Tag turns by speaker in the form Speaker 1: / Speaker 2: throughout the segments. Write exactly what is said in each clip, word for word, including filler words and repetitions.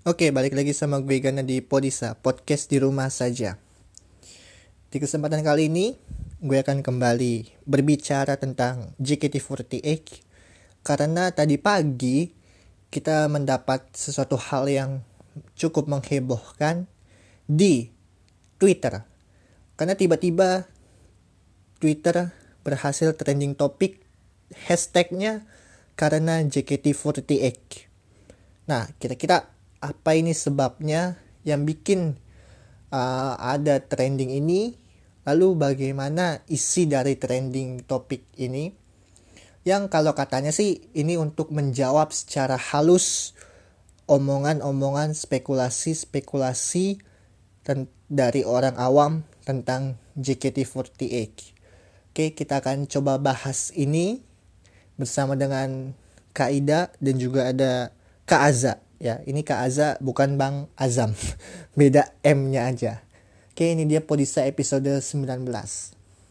Speaker 1: Oke, balik lagi sama gue Gana di Podisa, podcast di rumah saja. Di kesempatan kali ini, gue akan kembali berbicara tentang J K T empat delapan karena tadi pagi kita mendapat sesuatu hal yang cukup menghebohkan di Twitter. Karena tiba-tiba Twitter berhasil trending topik hashtagnya karena J K T empat delapan. Nah, kira-kira apa ini sebabnya yang bikin uh, ada trending ini? Lalu bagaimana isi dari trending topik ini? Yang kalau katanya sih ini untuk menjawab secara halus omongan-omongan spekulasi-spekulasi ten- dari orang awam tentang J K T empat delapan. Oke, kita akan coba bahas ini bersama dengan Kak Ida dan juga ada Kak Aza. Ya, ini Kak Aza bukan Bang Azam. Beda M-nya aja. Oke, ini dia Podisa episode sembilan belas.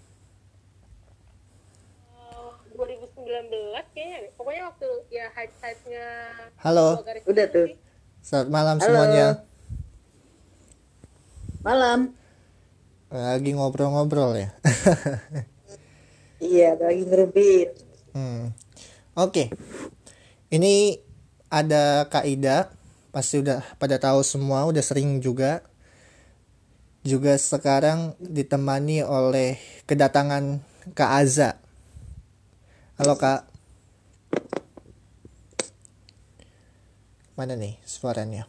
Speaker 2: dua ribu sembilan belas kayaknya. Pokoknya waktu ya hype-hype-nya
Speaker 1: Halo.
Speaker 3: Udah tuh.
Speaker 1: Selamat malam
Speaker 3: Halo.
Speaker 1: semuanya.
Speaker 3: Malam.
Speaker 1: Lagi ngobrol-ngobrol ya.
Speaker 3: Iya, lagi ngerebit.
Speaker 1: hmm. Oke. Ini ada Kak Ida, pasti udah pada tahu semua, udah sering juga. Juga sekarang ditemani oleh kedatangan Kak Aza. Halo Kak. Mana nih suaranya?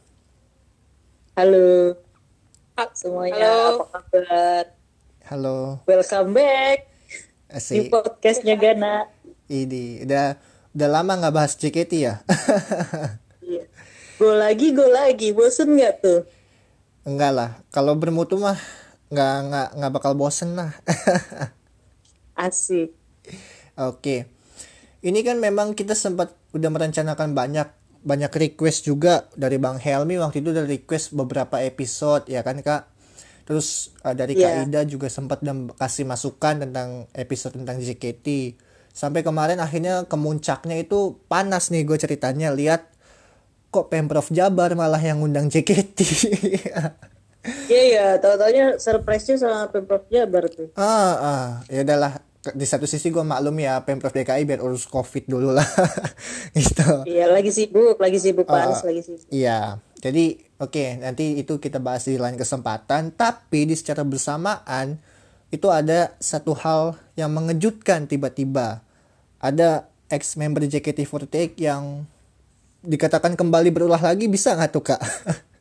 Speaker 3: Halo. Semuanya,
Speaker 2: Halo.
Speaker 3: apa kabar?
Speaker 1: Halo.
Speaker 3: Welcome back di
Speaker 1: Asik.
Speaker 3: podcastnya Gana.
Speaker 1: Ini udah udah lama nggak bahas J K T ya?
Speaker 3: Iya. Go lagi, go lagi. Bosen nggak tuh?
Speaker 1: Enggak lah. Kalau bermutu mah nggak nggak nggak bakal bosen lah.
Speaker 3: Asik.
Speaker 1: Oke. Ini kan memang kita sempat udah merencanakan banyak banyak request juga dari Bang Helmi waktu itu, udah request beberapa episode ya kan Kak. Terus uh, dari Kak
Speaker 3: Iya.
Speaker 1: Ida juga sempat udah kasih masukan tentang episode tentang J K T. Sampai kemarin akhirnya kemuncaknya itu panas nih gue ceritanya, lihat kok Pemprov Jabar malah yang ngundang J K T.
Speaker 3: Iya, ya. Tahu-taunya surprise-nya sama Pemprov Jabar tuh.
Speaker 1: ah, ah, ya udahlah. Di satu sisi gue maklum ya Pemprov D K I biar urus Covid dulu lah. Gitu.
Speaker 3: Iya, lagi sibuk, lagi sibuk Pak
Speaker 1: Ah,
Speaker 3: Anies lagi sibuk.
Speaker 1: Iya, jadi oke, nanti itu kita bahas di lain kesempatan. Tapi di secara bersamaan itu ada satu hal yang mengejutkan tiba-tiba. Ada ex-member J K T empat delapan yang dikatakan kembali berulah lagi, bisa nggak tuh Kak?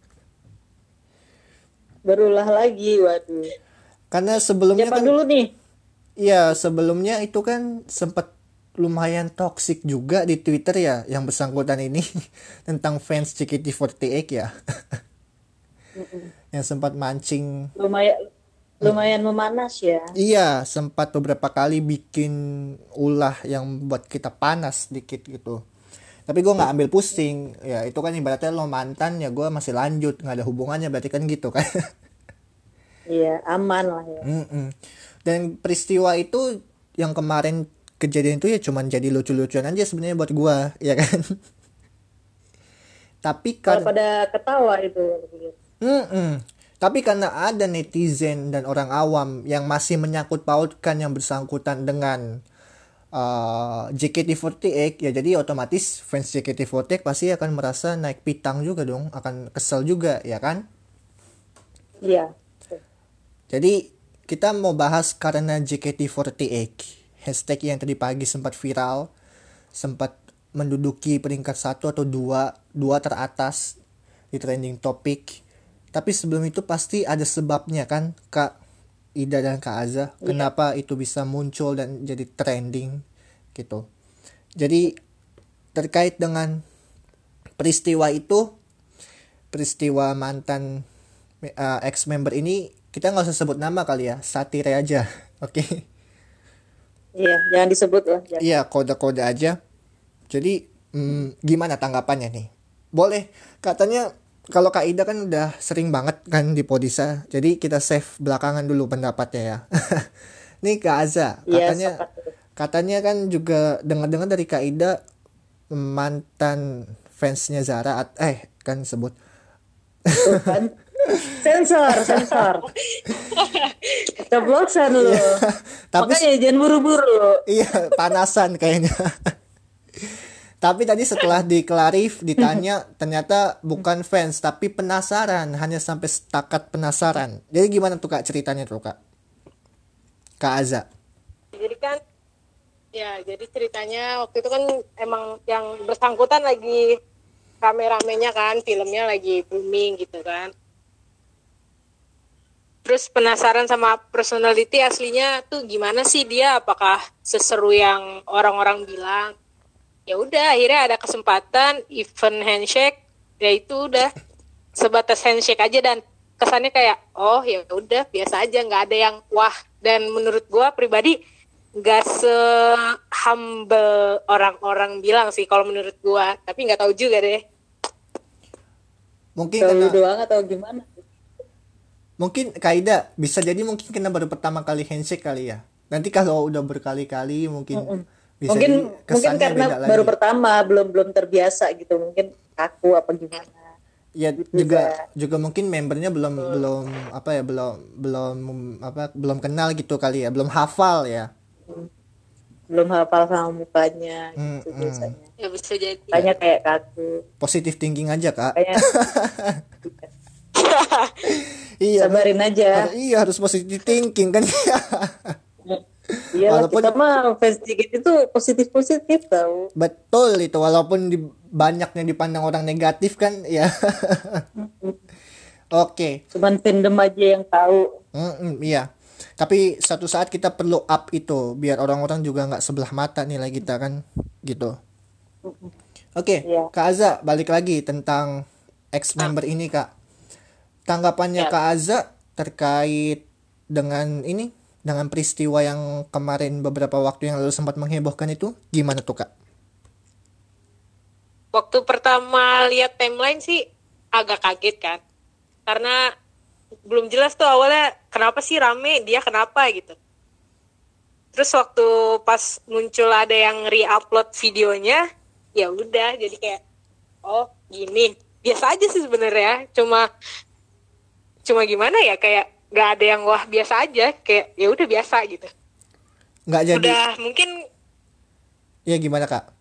Speaker 3: Berulah lagi, waduh.
Speaker 1: Karena sebelumnya
Speaker 3: Siapa
Speaker 1: kan,
Speaker 3: dulu nih?
Speaker 1: iya sebelumnya itu kan sempat lumayan toksik juga di Twitter ya yang bersangkutan ini tentang fans J K T empat delapan ya. Yang sempat mancing.
Speaker 3: Lumayan, lumayan memanas ya.
Speaker 1: Iya, sempat beberapa kali bikin ulah yang buat kita panas dikit gitu. Tapi gue nggak ambil pusing. Ya itu kan ibaratnya lo mantan, ya gue masih lanjut, nggak ada hubungannya, berarti kan gitu kan.
Speaker 3: Iya, aman lah ya.
Speaker 1: Mm-mm. Dan peristiwa itu yang kemarin kejadian itu ya cuman jadi lucu-lucuan aja sebenarnya buat gue, ya kan. Tapi
Speaker 3: Kalau
Speaker 1: kan,
Speaker 3: pada ketawa itu.
Speaker 1: Mm-mm. Tapi karena ada netizen dan orang awam yang masih menyangkut pautkan yang bersangkutan dengan uh, J K T empat delapan, ya jadi otomatis fans J K T empat delapan pasti akan merasa naik pitang juga dong, akan kesel juga ya kan.
Speaker 3: Iya.
Speaker 1: Jadi kita mau bahas karena J K T empat delapan, hashtag yang tadi pagi sempat viral, sempat menduduki peringkat satu atau dua, dua teratas di trending topik. Tapi sebelum itu pasti ada sebabnya kan Kak Ida dan Kak Aza,
Speaker 3: Iya.
Speaker 1: kenapa itu bisa muncul dan jadi trending gitu. Jadi terkait dengan peristiwa itu, peristiwa mantan uh, ex-member ini, kita nggak usah sebut nama kali ya, satire aja. Oke.
Speaker 3: Iya, jangan disebut lah. Jangan.
Speaker 1: Iya, kode-kode aja. Jadi hmm, gimana tanggapannya nih? Boleh, katanya kalau Kak Ida kan udah sering banget kan di Podisa, jadi kita save belakangan dulu pendapatnya ya. Nih Kak Aza,
Speaker 3: Iya,
Speaker 1: katanya
Speaker 3: sepakat.
Speaker 1: katanya kan juga dengar-dengar dari Kak Ida mantan fansnya Zara at- eh kan sebut
Speaker 3: Tuh kan. Sensor, sensor. Keceplosan lu.
Speaker 1: tapi
Speaker 3: Makanya jangan buru-buru.
Speaker 1: iya panasan kayaknya. Tapi tadi setelah diklarif ditanya ternyata bukan fans tapi penasaran, hanya sampai setakat penasaran. Jadi gimana tuh Kak ceritanya tuh Kak? Kak Aza.
Speaker 2: Jadi kan ya jadi ceritanya waktu itu kan emang yang bersangkutan lagi rame-ramenya kan, filmnya lagi booming gitu kan. Terus penasaran sama personality aslinya tuh gimana sih dia, apakah seseru yang orang-orang bilang. Ya udah akhirnya ada kesempatan event handshake, ya itu udah sebatas handshake aja dan kesannya kayak oh ya udah biasa aja, nggak ada yang wah. Dan menurut gue pribadi nggak se-humble orang-orang bilang sih kalau menurut gue, tapi nggak tahu juga deh.
Speaker 1: Mungkin
Speaker 3: Kalau
Speaker 1: karena
Speaker 3: lu doang atau gimana?
Speaker 1: mungkin Kaida bisa jadi mungkin kena baru pertama kali handshake kali ya. Nanti kalau udah berkali-kali mungkin
Speaker 3: Mm-mm.
Speaker 1: bisa
Speaker 3: Mungkin
Speaker 1: jadi
Speaker 3: mungkin
Speaker 1: kesannya
Speaker 3: karena
Speaker 1: beda
Speaker 3: baru
Speaker 1: lagi.
Speaker 3: pertama, belum belum terbiasa gitu, mungkin kaku apa gimana.
Speaker 1: Ya
Speaker 3: Gitu,
Speaker 1: juga
Speaker 3: Za.
Speaker 1: juga mungkin membernya belum belum apa ya belum belum apa belum kenal gitu kali ya, belum hafal ya.
Speaker 3: Belum hafal sama mukanya
Speaker 1: Hmm,
Speaker 3: gitu
Speaker 1: hmm.
Speaker 3: biasanya.
Speaker 2: Ya bisa jadi.
Speaker 3: Makanya kayak kaku.
Speaker 1: Positive thinking aja Kak.
Speaker 3: Kayak
Speaker 1: Iya.
Speaker 3: sabarin aja.
Speaker 1: Harus, iya harus positive thinking kan.
Speaker 3: Iya,
Speaker 1: Walaupun-
Speaker 3: kita mah fans dikit itu positif-positif tau.
Speaker 1: Betul itu walaupun di, banyaknya dipandang orang negatif kan ya. Oke.
Speaker 3: Cuman fandom aja yang tahu.
Speaker 1: Mm-mm, iya. Tapi suatu saat kita perlu up itu biar orang-orang juga nggak sebelah mata nilai kita kan gitu. Oke,
Speaker 3: Iya.
Speaker 1: Kak Aza balik lagi tentang ex member ini Kak. Tanggapannya
Speaker 2: Ya.
Speaker 1: Kak Aza terkait dengan ini dengan peristiwa yang kemarin beberapa waktu yang lalu sempat menghebohkan itu gimana tuh Kak?
Speaker 2: Waktu pertama lihat timeline sih agak kaget kan, karena belum jelas tuh awalnya kenapa sih rame, dia kenapa gitu. Terus waktu pas muncul ada yang re-upload videonya, ya udah jadi kayak oh gini, biasa aja sih sebenarnya, cuma cuma gimana ya, kayak nggak ada yang wah, biasa aja, kayak ya udah biasa gitu.
Speaker 1: Nggak jadi
Speaker 2: Udah mungkin
Speaker 1: ya gimana Kak?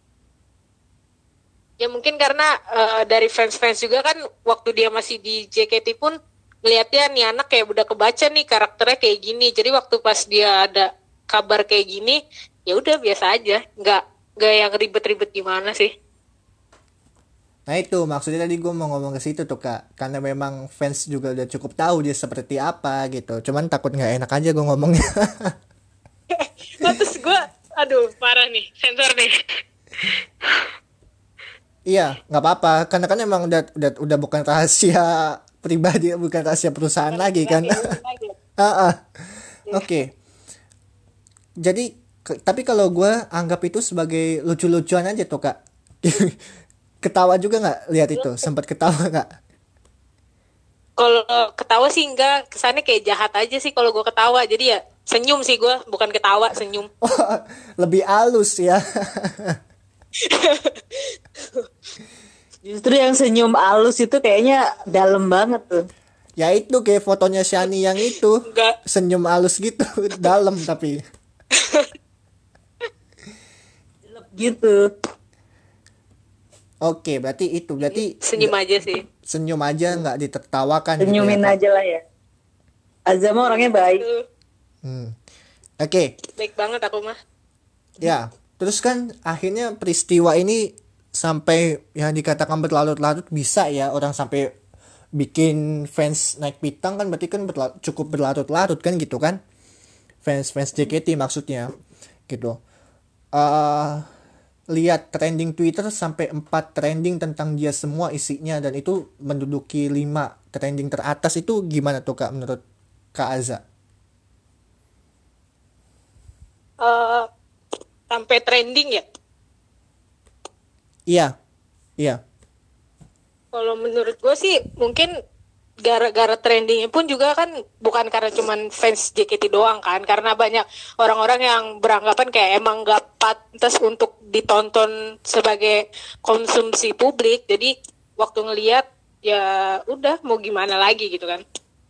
Speaker 2: ya mungkin karena eh, dari fans-fans juga kan waktu dia masih di J K T pun ngeliatnya nih anak kayak udah kebaca nih karakternya kayak gini. Jadi waktu pas dia ada kabar kayak gini, ya udah biasa aja, nggak nggak yang ribet-ribet gimana sih.
Speaker 1: Nah itu maksudnya tadi gue mau ngomong ke situ tuh Kak, karena memang fans juga udah cukup tahu dia seperti apa gitu. Cuman takut nggak enak aja gue ngomongnya.
Speaker 2: Nah, terus gue, aduh parah nih, sensor nih.
Speaker 1: Iya, nggak apa-apa. Karena kan emang udah udah udah bukan rahasia pribadi, bukan rahasia perusahaan lagi kan. Ah, ah. Oke. Jadi, ke- tapi kalau gue anggap itu sebagai lucu-lucuan aja tuh Kak. Ketawa juga nggak lihat itu? Sempat ketawa nggak?
Speaker 2: Kalau ketawa sih enggak, kesannya kayak jahat aja sih kalau gue ketawa. Jadi ya senyum sih gue, bukan ketawa, senyum.
Speaker 1: Lebih halus ya.
Speaker 3: Justru yang senyum halus itu kayaknya dalam banget tuh.
Speaker 1: Ya itu kayak fotonya Shani yang itu.
Speaker 2: Enggak.
Speaker 1: Senyum halus gitu, dalam tapi.
Speaker 3: Gitu.
Speaker 1: Oke, berarti itu. Berarti
Speaker 2: Senyum aja sih.
Speaker 1: senyum aja nggak ditertawakan gitu ya,
Speaker 3: Senyumin
Speaker 1: Kak?
Speaker 3: aja lah ya. Azam orangnya baik.
Speaker 2: Tuh,
Speaker 1: Hmm. Oke,
Speaker 2: baik banget aku mah.
Speaker 1: ya. Terus kan akhirnya peristiwa ini sampai yang dikatakan berlarut-larut bisa ya orang sampai bikin fans naik pitam kan berarti kan berla- cukup berlarut-larut kan gitu kan? Fans-fans J K T maksudnya gitu. Eh lihat trending Twitter sampai empat trending tentang dia semua isinya dan itu menduduki lima trending teratas itu gimana tuh Kak menurut Kak Aza?
Speaker 2: Eh, sampai trending ya.
Speaker 1: Iya. Iya.
Speaker 2: Kalau menurut gue sih mungkin gara-gara trendingnya pun juga kan bukan karena cuman fans J K T doang kan, karena banyak orang-orang yang beranggapan kayak emang gak pantas untuk ditonton sebagai konsumsi publik. Jadi waktu ngelihat ya udah mau gimana lagi gitu kan.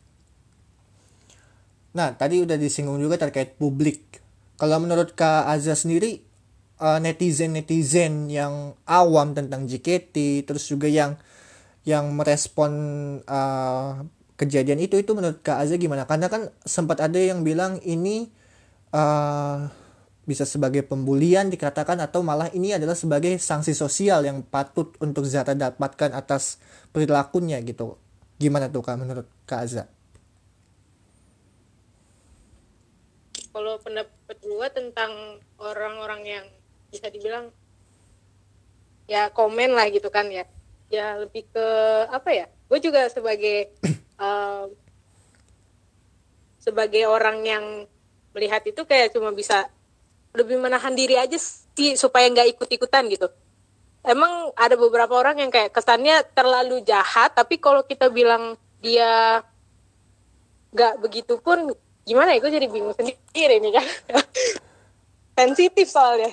Speaker 1: Nah, tadi udah disinggung juga terkait publik. Kalau menurut Kak Azza sendiri, uh, netizen-netizen yang awam tentang J K T, terus juga yang yang merespon uh, kejadian itu, itu menurut Kak Azza gimana? Karena kan sempat ada yang bilang ini uh, bisa sebagai pembulian dikatakan, atau malah ini adalah sebagai sanksi sosial yang patut untuk Zara dapatkan atas perilakunya gitu. Gimana tuh Kak menurut Kak Azza?
Speaker 2: Kalau pendapat gue tentang orang-orang yang bisa dibilang ya komen lah gitu kan ya, ya lebih ke apa ya, gue juga sebagai uh, sebagai orang yang melihat itu kayak cuma bisa lebih menahan diri aja sih supaya nggak ikut-ikutan gitu. Emang ada beberapa orang yang kayak kesannya terlalu jahat, tapi kalau kita bilang dia nggak begitu pun gimana ya, gue jadi bingung sendiri nih kan. Sensitif soalnya.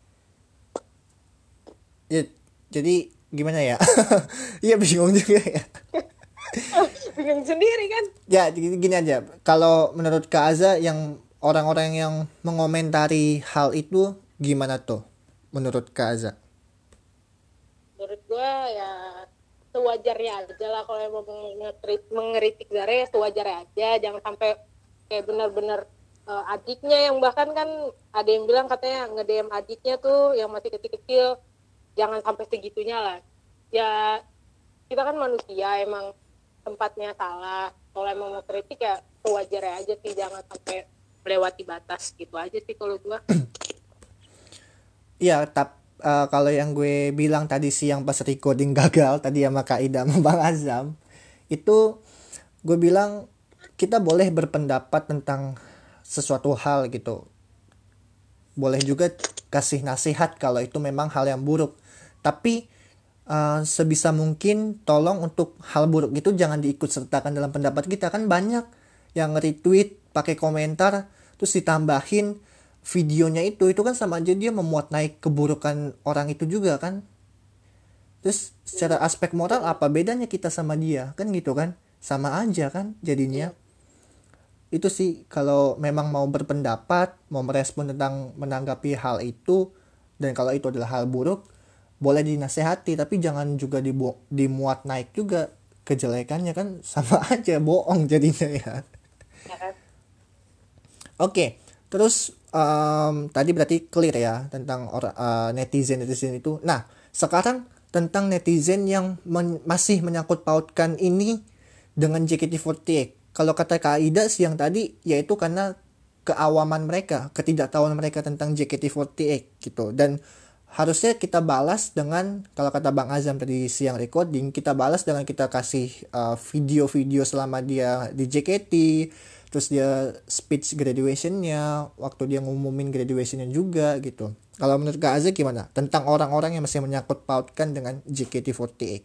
Speaker 1: Ya, jadi gimana ya? Iya bingung juga ya.
Speaker 2: Bingung sendiri kan.
Speaker 1: Ya gini, gini aja. Kalau menurut Kak Azza, yang orang-orang yang mengomentari hal itu gimana tuh menurut Kak Azza?
Speaker 2: Menurut gue ya sewajarnya aja lah, kalau emang mengeritik Zara ya sewajarnya aja. Jangan sampai kayak benar-benar uh, adiknya yang bahkan kan ada yang bilang katanya nge-D M adiknya tuh yang masih kecil-kecil. Jangan sampai segitunya lah. Ya kita kan manusia, emang tempatnya salah. Kalau emang mau kritik ya sewajarnya aja sih, jangan sampai melewati batas gitu aja sih kalau gue.
Speaker 1: Iya, tap uh, kalau yang gue bilang tadi siang pas recording gagal tadi sama Kak Ida sama Bang Azam, itu gue bilang kita boleh berpendapat tentang sesuatu hal gitu. Boleh juga kasih nasihat kalau itu memang hal yang buruk. Tapi uh, sebisa mungkin tolong untuk hal buruk itu jangan diikut sertakan dalam pendapat kita. Kan banyak yang retweet pakai komentar terus ditambahin videonya itu. Itu kan sama aja dia memuat naik keburukan orang itu juga kan. Terus secara aspek moral apa bedanya kita sama dia? Kan gitu kan. Sama aja kan jadinya. Itu sih kalau memang mau berpendapat, mau merespon tentang menanggapi hal itu, dan kalau itu adalah hal buruk, boleh dinasehati, tapi jangan juga dibu- dimuat naik juga kejelekannya, kan sama aja bohong jadinya ya. Oke, okay. Terus um, tadi berarti clear ya tentang or- uh, netizen-netizen itu. Nah, sekarang tentang netizen yang men- masih menyangkut pautkan ini dengan J K T empat delapan. Kalau kata Kak Aida siang tadi, yaitu karena keawaman mereka, ketidaktahuan mereka tentang J K T empat delapan gitu. Dan harusnya kita balas dengan, kalau kata Bang Azam tadi siang recording, kita balas dengan kita kasih uh, video-video selama dia di J K T, terus dia speech graduation-nya, waktu dia ngumumin graduation-nya juga gitu. Kalau menurut Kak Azam gimana tentang orang-orang yang masih menyangkut pautkan dengan J K T empat delapan?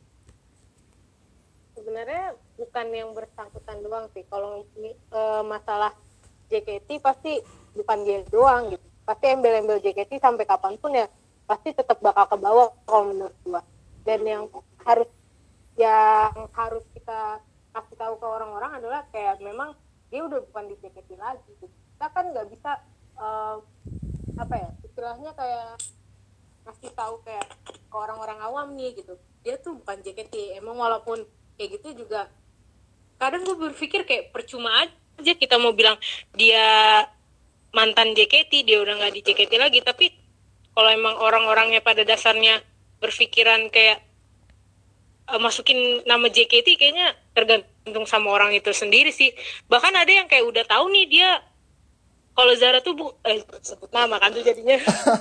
Speaker 2: Sebenarnya bukan yang bersangkutan doang sih. Kalau e, masalah J K T pasti bukan dia doang gitu. Pasti embel-embel J K T sampai kapanpun ya pasti tetap bakal ke bawah kalau menurut gua. Dan yang harus yang harus kita kasih tahu ke orang-orang adalah kayak memang dia udah bukan di J K T lagi gitu. Kita kan nggak bisa uh, apa ya istilahnya kayak ngasih tahu kayak ke orang-orang awam nih gitu, dia tuh bukan J K T. Emang walaupun kayak gitu juga kadang gue berpikir kayak percuma aja kita mau bilang dia mantan J K T, dia udah nggak di J K T lagi. Tapi kalau emang orang-orangnya pada dasarnya berpikiran kayak uh, masukin nama J K T, kayaknya tergantung sama orang itu sendiri sih. Bahkan ada yang kayak udah tahu nih dia kalau Zara tuh bu eh sebut nama kan tuh jadinya.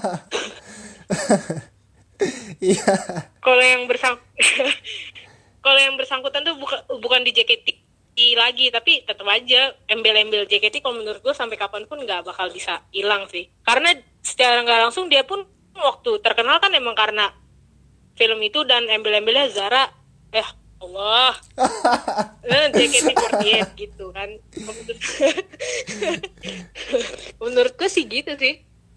Speaker 1: Iya.
Speaker 2: Kalau yang bersang kalau yang bersangkutan tuh buka, bukan di J K T lagi, tapi tetap aja embel-embel J K T kalau menurut gue sampai kapanpun nggak bakal bisa hilang sih. Karena secara nggak langsung dia pun waktu terkenal kan emang karena film itu dan embel-embelnya Zara, eh Allah. Eh, J K T empat delapan gitu kan. Menurut- Menurutku sih gitu sih.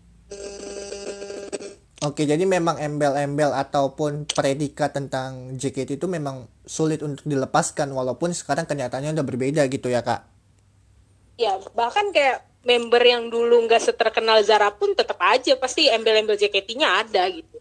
Speaker 1: Oke, jadi memang embel-embel ataupun predikat tentang J K T itu memang sulit untuk dilepaskan walaupun sekarang kenyataannya udah berbeda gitu ya Kak.
Speaker 2: Ya, bahkan kayak member yang dulu nggak seterkenal Zara pun tetap aja pasti embel-embel J K T-nya ada gitu.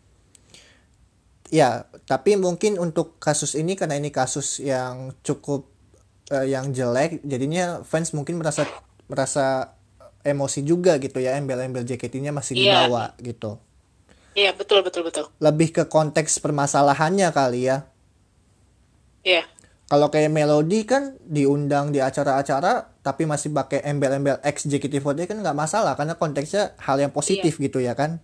Speaker 1: Ya, tapi mungkin untuk kasus ini karena ini kasus yang cukup eh, yang jelek, jadinya fans mungkin merasa merasa emosi juga gitu ya, embel-embel J K T-nya masih
Speaker 2: Iya.
Speaker 1: dibawa gitu.
Speaker 2: Iya, betul betul betul.
Speaker 1: Lebih ke konteks permasalahannya kali ya.
Speaker 2: Iya.
Speaker 1: Kalau kayak Melody kan diundang di acara-acara tapi masih pakai embel-embel X J K T empat delapan kan nggak masalah karena konteksnya hal yang positif gitu ya kan.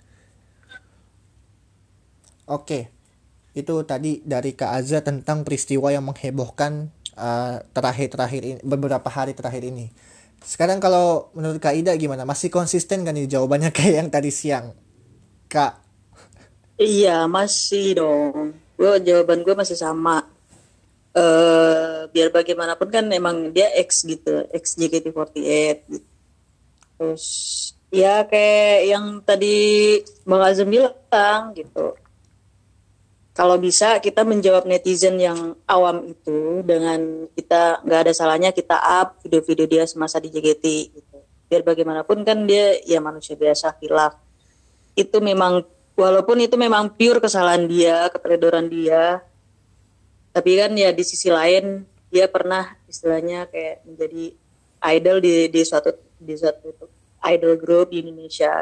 Speaker 1: Oke, itu tadi dari Kak Azza tentang peristiwa yang menghebohkan uh, terakhir-terakhir ini, beberapa hari terakhir ini. Sekarang kalau menurut Kak Ida gimana? Masih konsisten kan nih jawabannya kayak yang tadi siang? Kak,
Speaker 3: Iya, masih dong. Gue jawaban gue masih sama. Eh biar bagaimanapun kan emang dia ex gitu, ex J K T empat delapan gitu. Terus ya kayak yang tadi Bang Azam bilang gitu. Kalau bisa kita menjawab netizen yang awam itu dengan kita nggak ada salahnya kita up video-video dia semasa di J K T gitu. Biar bagaimanapun kan dia ya manusia biasa hilaf. Itu memang walaupun itu memang pure kesalahan dia, keteledoran dia. Tapi kan ya di sisi lain dia pernah istilahnya kayak menjadi idol di di suatu di suatu idol group di Indonesia.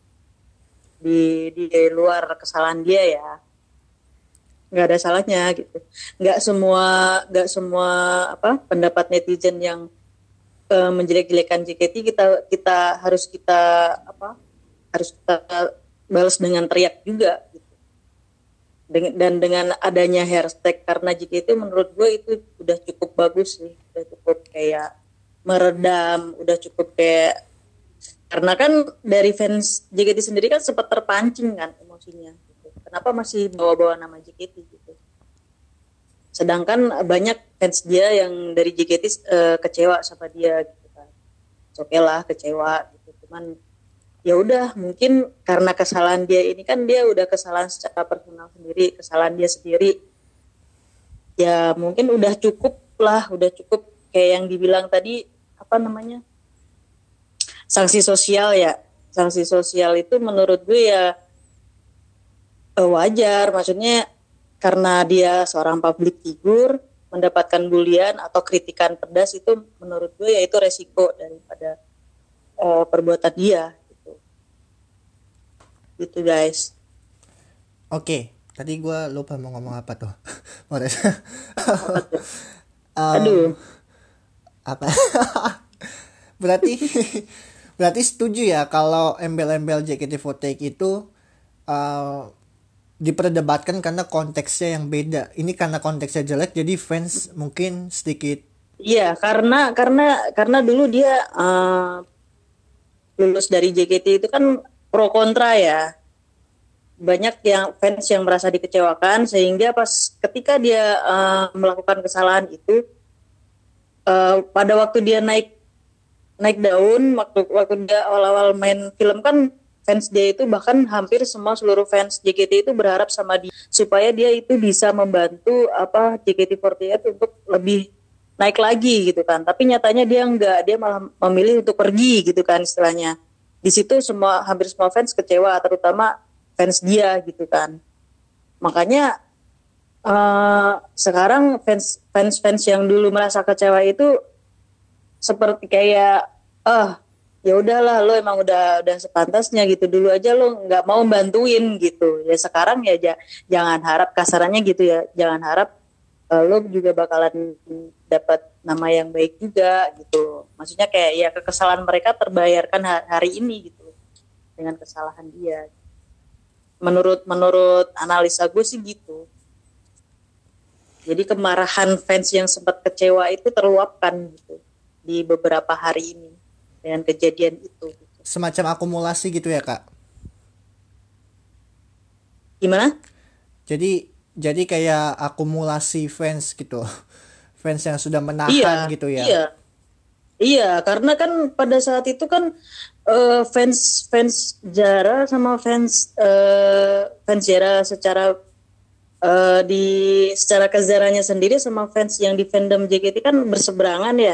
Speaker 3: Di di luar kesalahan dia ya. Nggak ada salahnya gitu. Nggak semua nggak semua apa pendapat netizen yang uh, menjelek-jelekan J K T kita kita harus kita apa harus kita balas dengan teriak juga gitu. Dengan, dan dengan adanya hashtag karena J K T menurut gue itu udah cukup bagus sih, udah cukup kayak meredam, udah cukup kayak karena kan dari fans J K T sendiri kan sempat terpancing kan emosinya. Kenapa masih bawa-bawa nama J K T gitu. Sedangkan banyak fans dia yang dari J K T uh, kecewa sama dia gitu kan. Oke lah kecewa gitu. Cuman ya udah mungkin karena kesalahan dia ini kan dia udah kesalahan secara personal sendiri, kesalahan dia sendiri. Ya mungkin udah cukup lah, udah cukup kayak yang dibilang tadi apa namanya? Sanksi sosial ya. Sanksi sosial itu menurut gue ya wajar, maksudnya karena dia seorang public figure mendapatkan bulian atau kritikan pedas itu menurut gue ya itu resiko daripada uh, perbuatan dia gitu. Gitu guys.
Speaker 1: oke. Tadi gue lupa mau ngomong apa tuh. um,
Speaker 3: Aduh.
Speaker 1: Apa? berarti berarti setuju ya kalau embel-embel J K T empat delapan itu uh, diperdebatkan karena konteksnya yang beda. Ini karena konteksnya jelek jadi fans mungkin sedikit.
Speaker 3: Iya, karena karena karena dulu dia uh, lulus dari J K T itu kan pro kontra ya. Banyak yang fans yang merasa dikecewakan sehingga pas ketika dia uh, melakukan kesalahan itu uh, pada waktu dia naik naik daun waktu waktu dia awal-awal main film kan fans dia itu bahkan hampir semua seluruh fans J K T itu berharap sama dia supaya dia itu bisa membantu apa J K T empat delapan untuk lebih naik lagi gitu kan. Tapi nyatanya dia enggak, dia malah memilih untuk pergi gitu kan istilahnya. Di situ semua hampir semua fans kecewa terutama fans dia gitu kan. Makanya uh, sekarang fans fans fans yang dulu merasa kecewa itu seperti kayak ah ya udahlah lo emang udah udah sepantasnya gitu, dulu aja lo nggak mau bantuin gitu ya, sekarang ya j- jangan harap kasarannya gitu ya, jangan harap uh, lo juga bakalan dapat nama yang baik juga gitu, maksudnya kayak ya kekesalan mereka terbayarkan ha- hari ini gitu dengan kesalahan dia, menurut menurut analisa gue sih gitu. Jadi kemarahan fans yang sempat kecewa itu terluapkan gitu di beberapa hari ini dengan kejadian itu.
Speaker 1: Semacam akumulasi gitu ya Kak.
Speaker 3: Gimana?
Speaker 1: Jadi Jadi kayak akumulasi fans gitu. Fans yang sudah
Speaker 3: Iya,
Speaker 1: menahan gitu ya.
Speaker 3: iya, iya. Karena kan pada saat itu kan eh, fans fans Zara sama fans eh, fans Zara secara eh, di secara kezaranya sendiri sama fans yang di fandom J K T kan berseberangan ya.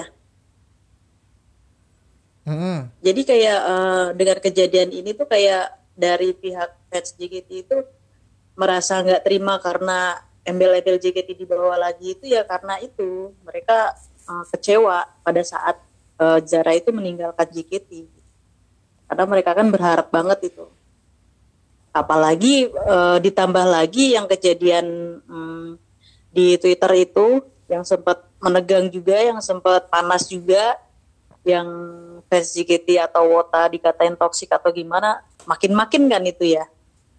Speaker 1: Mm-mm.
Speaker 3: Jadi kayak eh, dengan kejadian ini tuh kayak dari pihak fans J K T itu merasa nggak terima karena embel-embel J K T dibawa lagi itu ya karena itu mereka eh, kecewa pada saat eh, Zara itu meninggalkan J K T karena mereka kan berharap banget itu. Apalagi eh, ditambah lagi yang kejadian hmm, di Twitter itu yang sempat menegang juga, yang sempat panas juga, yang fans J K T atau Wota dikatain toksik atau gimana, makin-makin kan itu ya.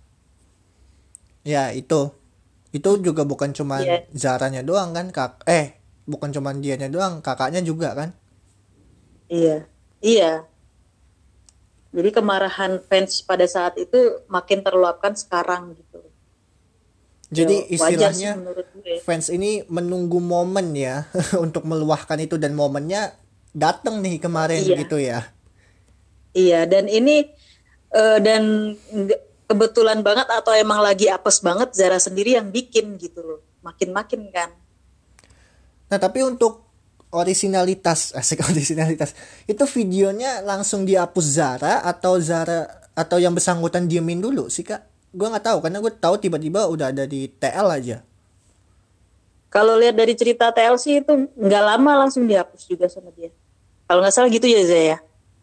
Speaker 1: Ya itu. Itu juga bukan cuman
Speaker 3: Iya.
Speaker 1: Zaranya doang kan, kak. Eh, bukan cuman dianya doang, kakaknya juga kan.
Speaker 3: Iya, iya. Jadi kemarahan fans pada saat itu makin terluapkan sekarang gitu.
Speaker 1: Jadi
Speaker 3: Ya, wajar sih
Speaker 1: istilahnya
Speaker 3: menurut gue.
Speaker 1: fans ini menunggu momen ya untuk meluahkan itu, dan momennya datang nih kemarin
Speaker 3: Iya,
Speaker 1: gitu ya.
Speaker 3: iya. Dan ini eh, dan nggak- kebetulan banget atau emang lagi apes banget Zara sendiri yang bikin gitu loh. Makin-makin kan.
Speaker 1: Nah, tapi untuk orisinalitas, asik orisinalitas, itu videonya langsung dihapus Zara atau Zara atau yang bersangkutan diemin dulu sih kak? Gue nggak tahu karena gue tahu tiba-tiba udah ada di T L aja.
Speaker 3: Kalau lihat dari cerita T L C itu nggak lama langsung dihapus juga sama dia. Kalau nggak salah gitu ya Zaya.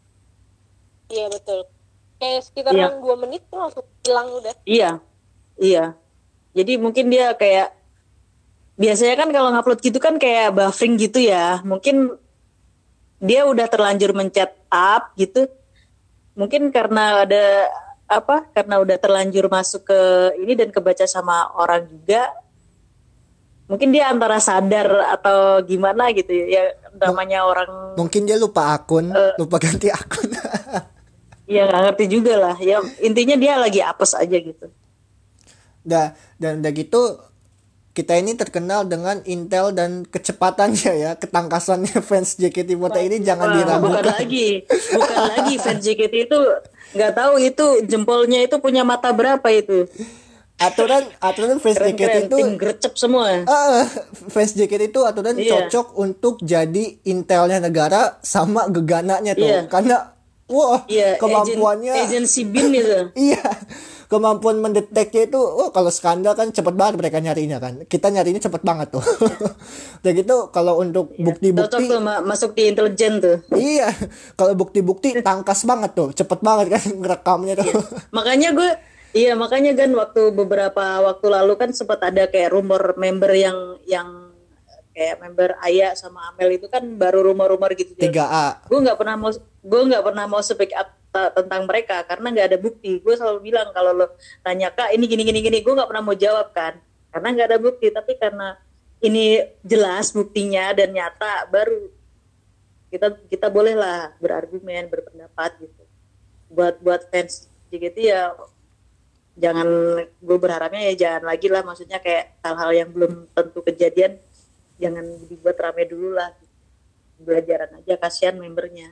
Speaker 2: Iya betul. Kayak sekitar
Speaker 3: Iya.
Speaker 2: dua menit tuh langsung hilang udah.
Speaker 3: Iya, iya. Jadi mungkin dia kayak biasanya kan kalau ngupload gitu kan kayak buffering gitu ya. Mungkin dia udah terlanjur mencet up gitu. Mungkin karena ada apa? Karena udah terlanjur masuk ke ini dan kebaca sama orang juga. Mungkin dia antara sadar atau gimana gitu ya. Ya, namanya orang
Speaker 1: Mungkin dia lupa akun, lupa ganti akun.
Speaker 3: ya nggak ngerti juga lah. Ya intinya dia lagi apes aja gitu.
Speaker 1: Dah, dan udah gitu kita ini terkenal dengan intel dan kecepatannya ya, ketangkasannya fans J K T empat puluh ini jangan
Speaker 3: Wah, bukan
Speaker 1: diragukan.
Speaker 3: lagi, bukan lagi fans J K T itu nggak tahu itu jempolnya itu punya mata berapa itu.
Speaker 1: Aturan aturan fans J K T
Speaker 3: Keren-keren,
Speaker 1: itu
Speaker 3: tim gercep semua.
Speaker 1: ah, fans J K T itu aturan
Speaker 3: Iya.
Speaker 1: cocok untuk jadi intelnya negara sama gegananya tuh.
Speaker 3: Iya.
Speaker 1: Karena wah,
Speaker 3: Iya,
Speaker 1: kemampuannya
Speaker 3: agen, agensi bin itu.
Speaker 1: iya, kemampuan mendeteknya itu, oh kalau skandal kan cepet banget mereka nyarinya kan. Kita nyarinya cepet banget tuh. Udah gitu kalau untuk
Speaker 3: Cocok
Speaker 1: bukti-bukti,
Speaker 3: tuh ma- masuk di intelijen tuh.
Speaker 1: iya, kalau bukti-bukti tangkas banget tuh, cepet banget kan ngerekamnya tuh.
Speaker 3: Makanya gue, iya makanya kan waktu beberapa waktu lalu kan sempat ada kayak rumor member yang yang kayak member Aya sama Amel itu kan baru rumor-rumor gitu.
Speaker 1: tiga A.
Speaker 3: Gue nggak pernah mau gue nggak pernah mau speak up ta- tentang mereka karena nggak ada bukti. Gue selalu bilang kalau lo tanya kak ini gini gini gini, gue nggak pernah mau jawab kan karena nggak ada bukti. Tapi karena ini jelas buktinya dan nyata, baru kita kita bolehlah berargumen berpendapat gitu. Buat buat fans J K T ya jangan, gue berharapnya ya jangan lagi lah, maksudnya kayak hal-hal yang belum tentu kejadian jangan dibuat rame dulu lah, belajaran aja, kasihan membernya.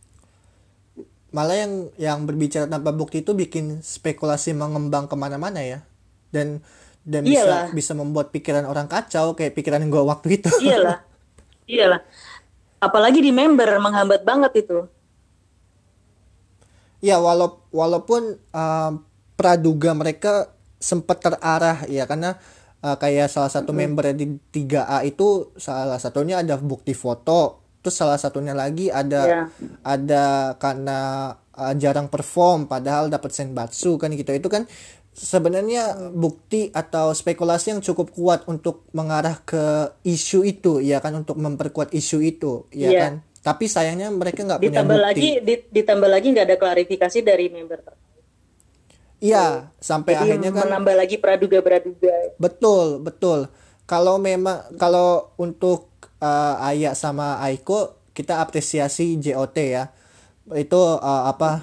Speaker 1: Malah yang yang berbicara tanpa bukti itu bikin spekulasi mengembang kemana-mana ya, dan dan bisa
Speaker 3: Iyalah.
Speaker 1: bisa membuat pikiran orang kacau kayak pikiran gue waktu itu.
Speaker 3: Iyalah, iyalah, apalagi di member menghambat banget itu.
Speaker 1: Ya walau, walaupun uh, praduga mereka sempat terarah ya, karena uh, kayak salah satu member di tiga A itu salah satunya ada bukti foto, terus salah satunya lagi ada
Speaker 3: Ya.
Speaker 1: ada karena uh, jarang perform padahal dapat senbatsu kan gitu. Itu kan sebenarnya bukti atau spekulasi yang cukup kuat untuk mengarah ke isu itu ya kan, untuk memperkuat isu itu ya
Speaker 3: Iya.
Speaker 1: kan. Tapi sayangnya mereka nggak punya
Speaker 3: Ditambah
Speaker 1: bukti.
Speaker 3: lagi, di- ditambah lagi nggak ada klarifikasi dari member terkait.
Speaker 1: Iya, sampai
Speaker 3: Jadi
Speaker 1: akhirnya kan
Speaker 3: menambah lagi praduga-praduga.
Speaker 1: betul, betul. Kalau memang kalau untuk uh, Aya sama Aiko kita apresiasi J O T ya. Itu uh, apa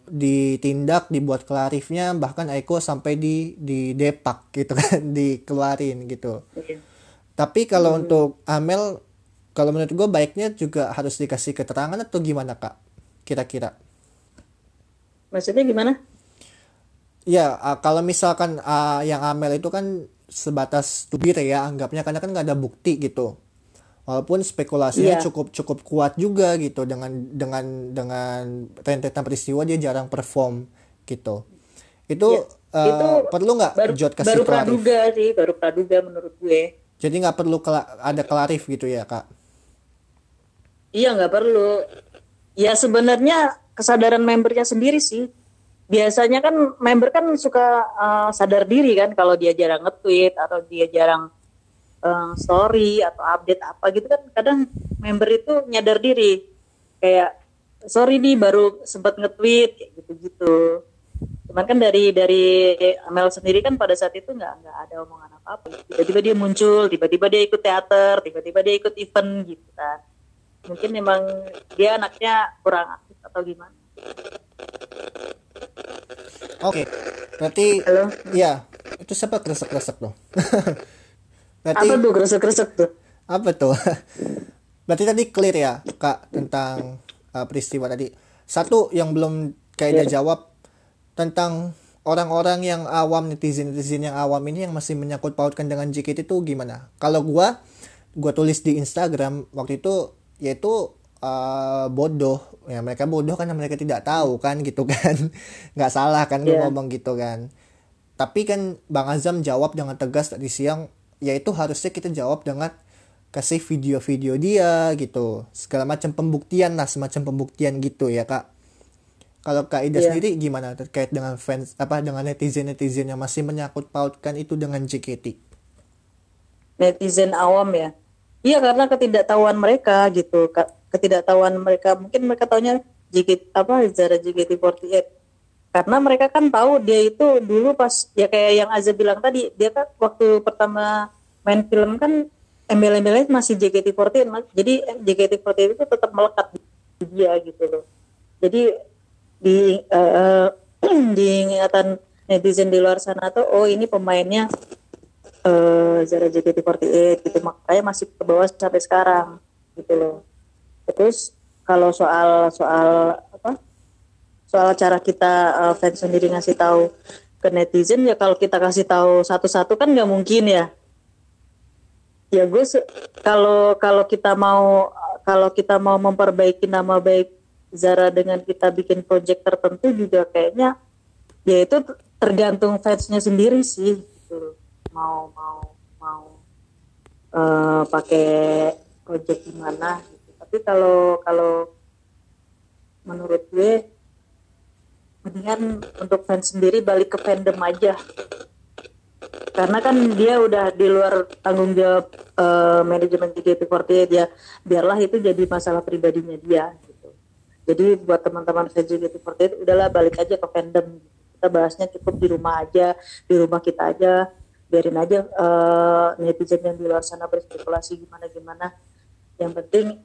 Speaker 1: ditindak, dibuat klarifnya, bahkan Aiko sampai di di depak gitu kan, dikeluarin gitu.
Speaker 3: Iya.
Speaker 1: Tapi kalau hmm. untuk Amel, kalau menurut gue baiknya juga harus dikasih keterangan atau gimana Kak? Kira-kira?
Speaker 3: Maksudnya gimana?
Speaker 1: Ya, uh, kalau misalkan uh, yang Amel itu kan sebatas tubir ya anggapnya, karena kan nggak ada bukti gitu. Walaupun spekulasinya yeah. cukup cukup kuat juga gitu dengan dengan dengan rentetan peristiwa dia jarang perform gitu. Itu, yeah. uh, itu perlu nggak Jod kasih
Speaker 3: baru
Speaker 1: klarif?
Speaker 3: Baru praduga sih, baru praduga menurut gue.
Speaker 1: Jadi nggak perlu kela- ada klarif gitu ya Kak?
Speaker 3: Iya nggak perlu. Ya sebenarnya kesadaran membernya sendiri sih. Biasanya kan member kan suka uh, sadar diri kan kalau dia jarang nge-tweet atau dia jarang Uh, story atau update apa gitu kan, kadang member itu nyadar diri kayak sorry nih baru sempat nge-tweet kayak gitu-gitu. Cuman kan dari dari Amel sendiri kan pada saat itu nggak nggak ada omongan apa-apa. Tiba-tiba dia muncul, tiba-tiba dia ikut teater, tiba-tiba dia ikut event gitu kan. Mungkin memang dia anaknya kurang aktif atau gimana.
Speaker 1: Oke, okay. Berarti
Speaker 3: halo,
Speaker 1: ya itu siapa kresek-kresek tuh?
Speaker 3: Berarti, apa tuh kresek-kresek tuh?
Speaker 1: Apa tuh? Berarti tadi clear ya Kak tentang uh, peristiwa tadi. Satu yang belum kayaknya yeah. jawab tentang orang-orang yang awam, netizen-netizen yang awam ini yang masih menyangkut pautkan dengan J K T itu gimana? Kalau gua gua tulis di Instagram waktu itu yaitu uh, bodoh. Ya mereka bodoh karena mereka tidak tahu kan gitu kan. Nggak salah kan yeah. gua ngomong gitu kan. Tapi kan Bang Azam jawab dengan tegas tadi siang, yaitu harusnya kita jawab dengan kasih video-video dia gitu, segala macam pembuktian lah, semacam pembuktian gitu ya Kak. Kalau Kak Ida yeah. sendiri gimana terkait dengan fans apa dengan netizen-netizen yang masih menyangkut pautkan itu dengan J K T?
Speaker 3: Netizen awam ya, iya karena ketidaktahuan mereka gitu, ketidaktahuan mereka, mungkin mereka taunya J K T apa Zara J K T empat delapan. Karena mereka kan tahu dia itu dulu pas ya kayak yang Azza bilang tadi, dia kan waktu pertama main film kan embel-embelnya masih J K T empat delapan, jadi J K T empat delapan itu tetap melekat di dia gitu loh. Jadi di uh, di ingatan netizen di luar sana tuh, oh ini pemainnya uh, Zara J K T empat delapan gitu, makanya masih ke bawah sampai sekarang gitu loh. Terus kalau soal soal apa? Soal cara kita uh, fans sendiri ngasih tahu ke netizen, ya kalau kita kasih tahu satu-satu kan nggak mungkin ya. Ya gue se- kalau kalau kita mau kalau kita mau memperbaiki nama baik Zara dengan kita bikin project tertentu juga kayaknya ya itu tergantung fansnya sendiri sih. Gitu. Mau mau mau uh, pakai project gimana. Gitu. Tapi kalau kalau menurut gue mendingan untuk fans sendiri balik ke fandom aja, karena kan dia udah di luar tanggung jawab uh, manajemen J K T empat delapan, ya biarlah itu jadi masalah pribadinya dia gitu. Jadi buat teman-teman fans J K T empat delapan udahlah balik aja ke fandom, kita bahasnya cukup di rumah aja, di rumah kita aja, biarin aja uh, netizen yang di luar sana berspekulasi gimana-gimana, yang penting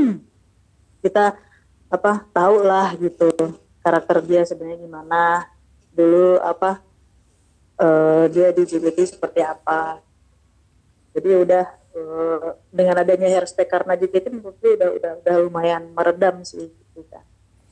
Speaker 3: kita apa tahu lah gitu karakter dia sebenarnya gimana, dulu apa uh, dia di J K T seperti apa. Jadi udah uh, dengan adanya hashtag karena J K T menurut gue udah udah udah lumayan meredam sih gitu kan.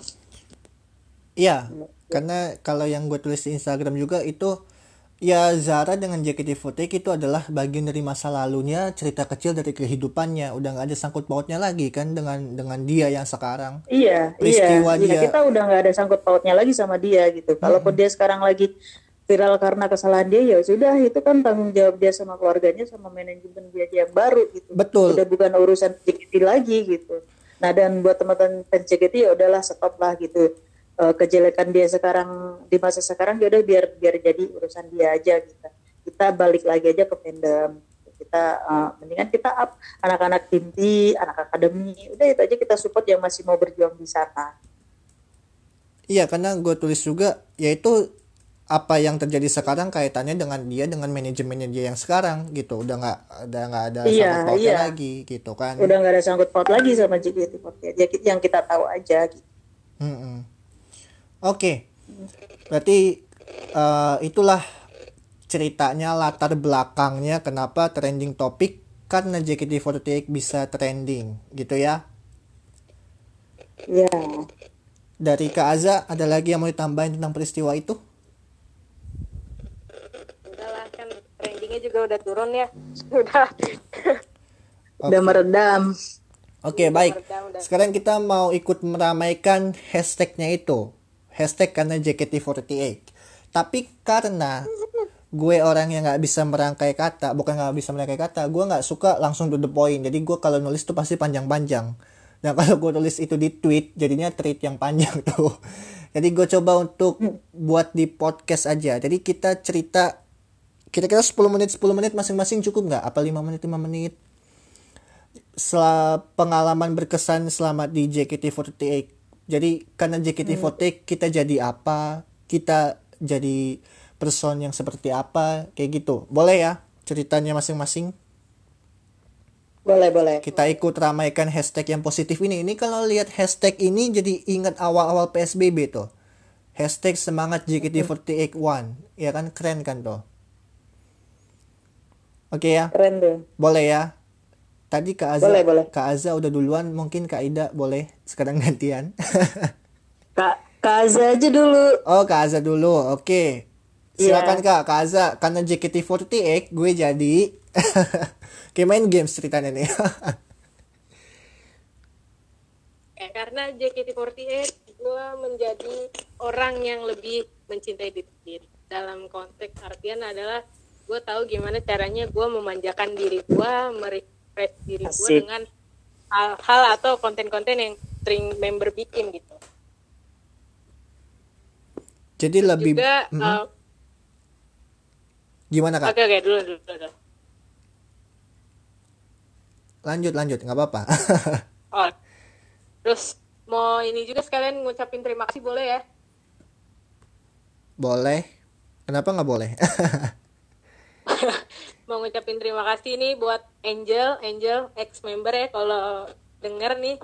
Speaker 1: Iya, ya. Karena kalau yang gue tulis di Instagram juga itu ya Zara dengan J K T empat delapan itu adalah bagian dari masa lalunya, cerita kecil dari kehidupannya, udah nggak ada sangkut pautnya lagi kan dengan dengan dia yang sekarang.
Speaker 3: Iya,
Speaker 1: peristiwa
Speaker 3: iya,
Speaker 1: dia.
Speaker 3: Iya, kita udah nggak ada sangkut pautnya lagi sama dia gitu. Kalaupun hmm. dia sekarang lagi viral karena kesalahan dia, ya sudah itu kan tanggung jawab dia sama keluarganya, sama manajemen dia yang baru gitu.
Speaker 1: Betul.
Speaker 3: Udah bukan urusan J K T lagi gitu. Nah dan buat teman-teman fans J K T ya udahlah stop lah gitu. Uh, kejelekan dia sekarang di masa sekarang ya udah biar biar jadi urusan dia aja kita kita balik lagi aja ke fandom kita uh, mendingan kita up anak-anak tim T, anak akademi, udah itu aja kita support yang masih mau berjuang di sana.
Speaker 1: Iya, karena gue tulis juga yaitu apa yang terjadi sekarang kaitannya dengan dia dengan manajemennya dia yang sekarang gitu, udah nggak ada nggak ada
Speaker 3: iya,
Speaker 1: sangkut pautnya
Speaker 3: iya.
Speaker 1: lagi gitu kan,
Speaker 3: udah nggak ada sangkut paut lagi sama J K T empat delapan yang kita tahu aja gitu.
Speaker 1: Hmm-hmm. Oke. Berarti eh, itulah ceritanya, latar belakangnya kenapa trending topik karena J K T empat delapan bisa trending gitu ya.
Speaker 3: Ya,
Speaker 1: Dari Kak Aza ada lagi yang mau ditambahin tentang peristiwa itu?
Speaker 2: Udah lah, kan trendingnya juga udah turun ya. Udah.
Speaker 3: udah meredam.
Speaker 1: Oke, baik.
Speaker 2: meredam, udah.
Speaker 1: Sekarang kita mau ikut meramaikan hashtagnya itu. Hashtag karena J K T empat delapan. Tapi karena gue orang yang nggak bisa merangkai kata, bukan nggak bisa merangkai kata, gue nggak suka langsung to the point. Jadi gue kalau nulis tuh pasti panjang-panjang. Nah kalau gue tulis itu di tweet, jadinya tweet yang panjang tuh. Jadi gue coba untuk buat di podcast aja. Jadi kita cerita kira-kira sepuluh menit sepuluh menit masing-masing cukup nggak? Apa lima menit lima menit? Setelah pengalaman berkesan selama di J K T empat delapan. Jadi karena J K T empat delapan kita jadi apa? Kita jadi person yang seperti apa? Kayak gitu. Boleh ya ceritanya masing-masing?
Speaker 3: Boleh, boleh.
Speaker 1: Kita ikut ramaikan hashtag yang positif ini. Ini kalau lihat hashtag ini jadi ingat awal-awal P S B B tuh. Hashtag semangat J K T empat delapan One. Ya kan, keren kan tuh. Oke ya,
Speaker 3: Keren tuh.
Speaker 1: boleh ya. Tadi Kak Aza,
Speaker 3: Boleh, boleh.
Speaker 1: Kak Aza udah duluan, mungkin Kak Ida boleh sekarang gantian.
Speaker 3: Kak, Kak Aza aja dulu.
Speaker 1: Oh, Kak Aza dulu. Oke. Silakan Kak, Kak Aza. Karena J K T empat delapan gue jadi kayak main games ceritanya nih.
Speaker 2: Ya, karena J K T empat delapan gue menjadi orang yang lebih mencintai diri sendiri. Dalam konteks artian adalah gue tahu gimana caranya gue memanjakan diri gue, merefresh diri gue
Speaker 3: Asik.
Speaker 2: dengan hal-hal atau konten-konten yang sering member bikin gitu.
Speaker 1: Jadi lebih
Speaker 2: Juga
Speaker 1: Mm-mm.
Speaker 2: uh,
Speaker 1: gimana Kak?
Speaker 2: oke oke dulu dulu dulu.
Speaker 1: Lanjut lanjut, nggak apa-apa.
Speaker 2: Oh, terus mau ini juga sekalian ngucapin terima kasih boleh ya?
Speaker 1: Boleh. Kenapa nggak boleh?
Speaker 2: Mau ngucapin terima kasih nih buat Angel, Angel ex member ya kalau denger nih.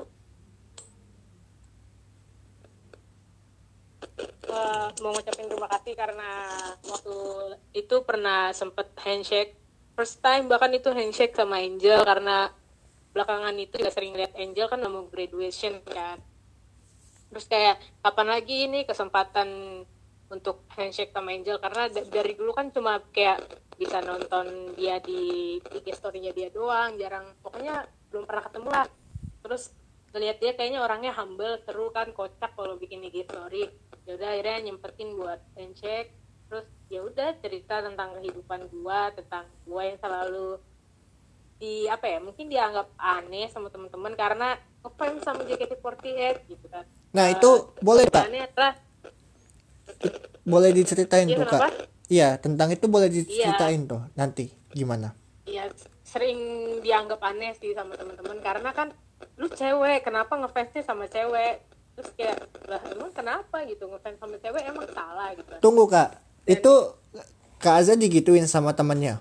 Speaker 2: Uh, mau ngucapin terima kasih karena waktu itu pernah sempet handshake first time, bahkan itu handshake sama Angel karena belakangan itu juga sering lihat Angel kan mau graduation kan. Terus kayak kapan lagi ini kesempatan untuk handshake sama Angel, karena d- dari dulu kan cuma kayak bisa nonton dia di I G story-nya dia doang, jarang, pokoknya belum pernah ketemu lah. Terus ngeliat dia kayaknya orangnya humble, seru kan, kocak kalau bikin I G story. Ya udah akhirnya nyempetin buat handshake. Terus ya udah cerita tentang kehidupan gua, tentang gua yang selalu di apa ya, mungkin dianggap aneh sama teman-teman karena ngefans sama J K T empat delapan gitu kan.
Speaker 1: Nah, itu
Speaker 2: Uh,
Speaker 1: boleh, Pak?
Speaker 2: perbedaannya adalah
Speaker 1: Boleh diceritain
Speaker 2: Iya,
Speaker 1: tuh
Speaker 2: kenapa?
Speaker 1: Kak? Iya, tentang itu boleh diceritain tuh nanti gimana?
Speaker 2: ya sering dianggap aneh sih sama teman-teman karena kan lu cewek, kenapa ngefansnya sama cewek? Terus kayak lah emang kenapa gitu, ngefans sama cewek emang salah gitu.
Speaker 1: Tunggu Kak, itu Kak Aza digituin sama temannya?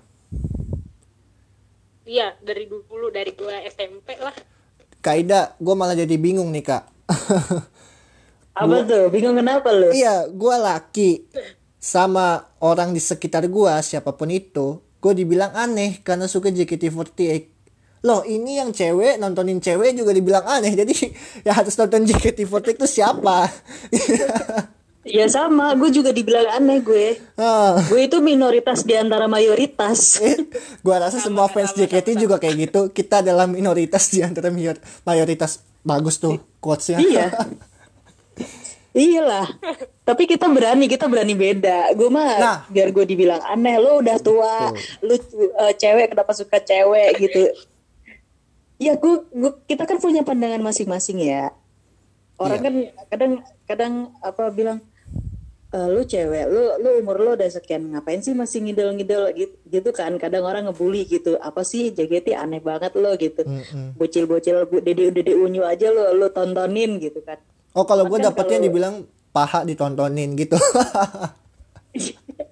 Speaker 2: Iya, dari dulu, dari gua S M P lah.
Speaker 1: Kak Ida, gue malah jadi bingung nih Kak.
Speaker 3: Apa tuh? Bingung kenapa lu?
Speaker 1: Iya, gue laki sama orang di sekitar gue, siapapun itu, gue dibilang aneh karena suka J K T empat delapan. Loh, ini yang cewek nontonin cewek juga dibilang aneh. Jadi ya harus nonton J K T empat delapan itu siapa?
Speaker 3: Ya sama, gue juga dibilang aneh gue.
Speaker 1: Ah,
Speaker 3: Gue itu minoritas di antara mayoritas.
Speaker 1: gue rasa semua fans J K T juga kayak gitu. Kita adalah minoritas di antara mayor- mayoritas. Bagus tuh quotesnya.
Speaker 3: Iya. Iyalah. Tapi kita berani, kita berani beda. Gue mah
Speaker 1: Nah.
Speaker 3: biar gue dibilang aneh, lo udah tua, lu uh, cewek kenapa suka cewek gitu. Ya gue, gue- kita kan punya pandangan masing-masing ya. Orang
Speaker 1: Iya.
Speaker 3: kan kadang kadang apa bilang "Eh, lu cewek, lu lu umur lu udah sekian, ngapain sih masih ngidol-ngidol gitu, gitu kan. Kadang orang ngebully gitu. Apa sih J K T aneh banget lo gitu.
Speaker 1: Mm-mm.
Speaker 3: Bocil-bocil bu- dede-dede unyu aja lo lu tontonin gitu kan.
Speaker 1: Oh, kalau gue
Speaker 3: Bahkan
Speaker 1: dapetnya
Speaker 3: kalau-
Speaker 1: dibilang paha ditontonin gitu.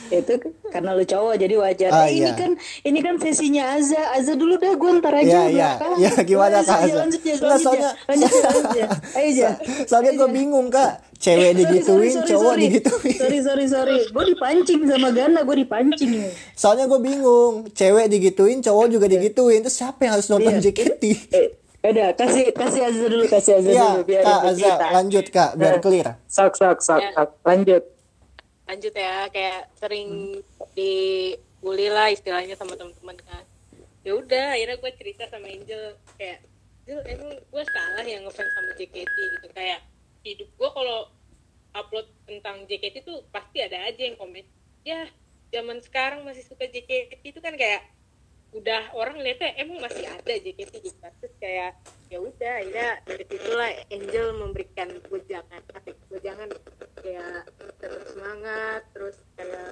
Speaker 3: Itu karena lu cowok jadi wajar.
Speaker 1: Ah,
Speaker 3: Eh, ini
Speaker 1: iya.
Speaker 3: kan ini kan sesinya Aza. Aza dulu dah, gue ntar aja
Speaker 1: Iya,
Speaker 3: di
Speaker 1: iya.
Speaker 3: belakang.
Speaker 1: Iya, gimana
Speaker 3: Lanjut
Speaker 1: Kak
Speaker 3: aja,
Speaker 1: Azza?
Speaker 3: lanjut aja,
Speaker 1: Enggak,
Speaker 3: lanjut aja.
Speaker 1: soalnya
Speaker 3: Lanjut aja, lanjut aja. Ayo aja.
Speaker 1: so- soalnya gue bingung Kak. Cewek digituin, cowok digituin.
Speaker 3: Sorry, sorry, sorry. Gue dipancing sama Gana, gue dipancing nih.
Speaker 1: Soalnya gue bingung. Cewek digituin, cowok juga digituin. Terus siapa yang harus nonton
Speaker 3: Iya.
Speaker 1: J K T?
Speaker 3: Eh, udah, kasih kasih Aza dulu, kasih Aza
Speaker 1: Iya,
Speaker 3: dulu biar
Speaker 1: Kak
Speaker 3: ikut
Speaker 1: Azza,
Speaker 3: kita.
Speaker 1: lanjut Kak, biar
Speaker 3: Nah,
Speaker 1: clear.
Speaker 3: Sok, sok, sok,
Speaker 2: Ya.
Speaker 3: sok. Lanjut.
Speaker 2: Lanjut ya, kayak sering dibully lah istilahnya sama teman-teman kan. Ya udah, akhirnya gue cerita sama Angel kayak, Angel emang gue salah yang ngefans sama J K T gitu. Kayak hidup gue kalau upload tentang J K T tuh pasti ada aja yang komen, ya zaman sekarang masih suka J K T itu kan kayak udah orang lihatnya emang masih ada J K T gitu. Terus kayak ya udah, akhirnya dari situlah Angel memberikan wejangan, wejangan kayak tetap semangat, terus kayak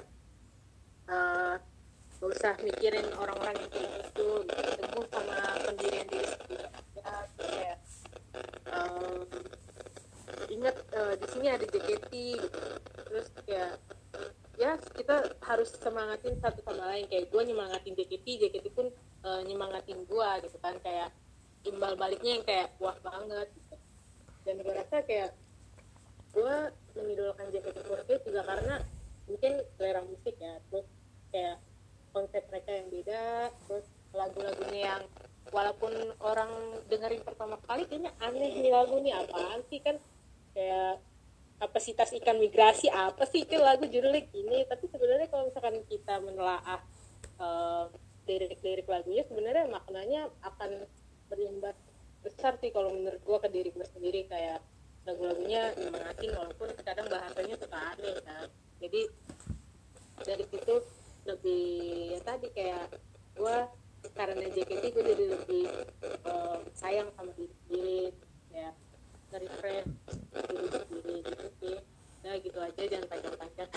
Speaker 2: uh, gak usah mikirin orang-orang yang kayak gitu, gitu. Teguh sama pendirian diri sendiri aja. Terus kayak um, ingat uh, di sini ada J K T gitu. Terus kayak ya kita harus semangatin satu sama lain, kayak gue nyemangatin J K T, J K T pun uh, nyemangatin gue gitu kan, kayak imbal baliknya yang kayak wah banget gitu. Dan gue rasa kayak gue mengidolakan J K T empat puluh delapan juga karena mungkin selera musik ya, terus kayak konsep mereka yang beda, terus lagu-lagunya yang walaupun orang dengerin pertama kali kayaknya aneh nih lagu nih apaan sih, kan kayak kapasitas ikan migrasi apa sih itu lagu judulnya gini, tapi sebenarnya kalau misalkan kita menelaah uh, lirik-lirik lagunya sebenarnya maknanya akan berimbas besar sih kalau menurut gue ke diri gue sendiri. Kayak lagu-lagunya nyemangatin walaupun kadang bahasanya suka aneh kan. Jadi dari situ lebih ya tadi kayak gue karena J K T gue jadi lebih uh, sayang sama diri sendiri, kayak nge-refresh diri sendiri gitu sih. Nah gitu aja, jangan panjang-panjang.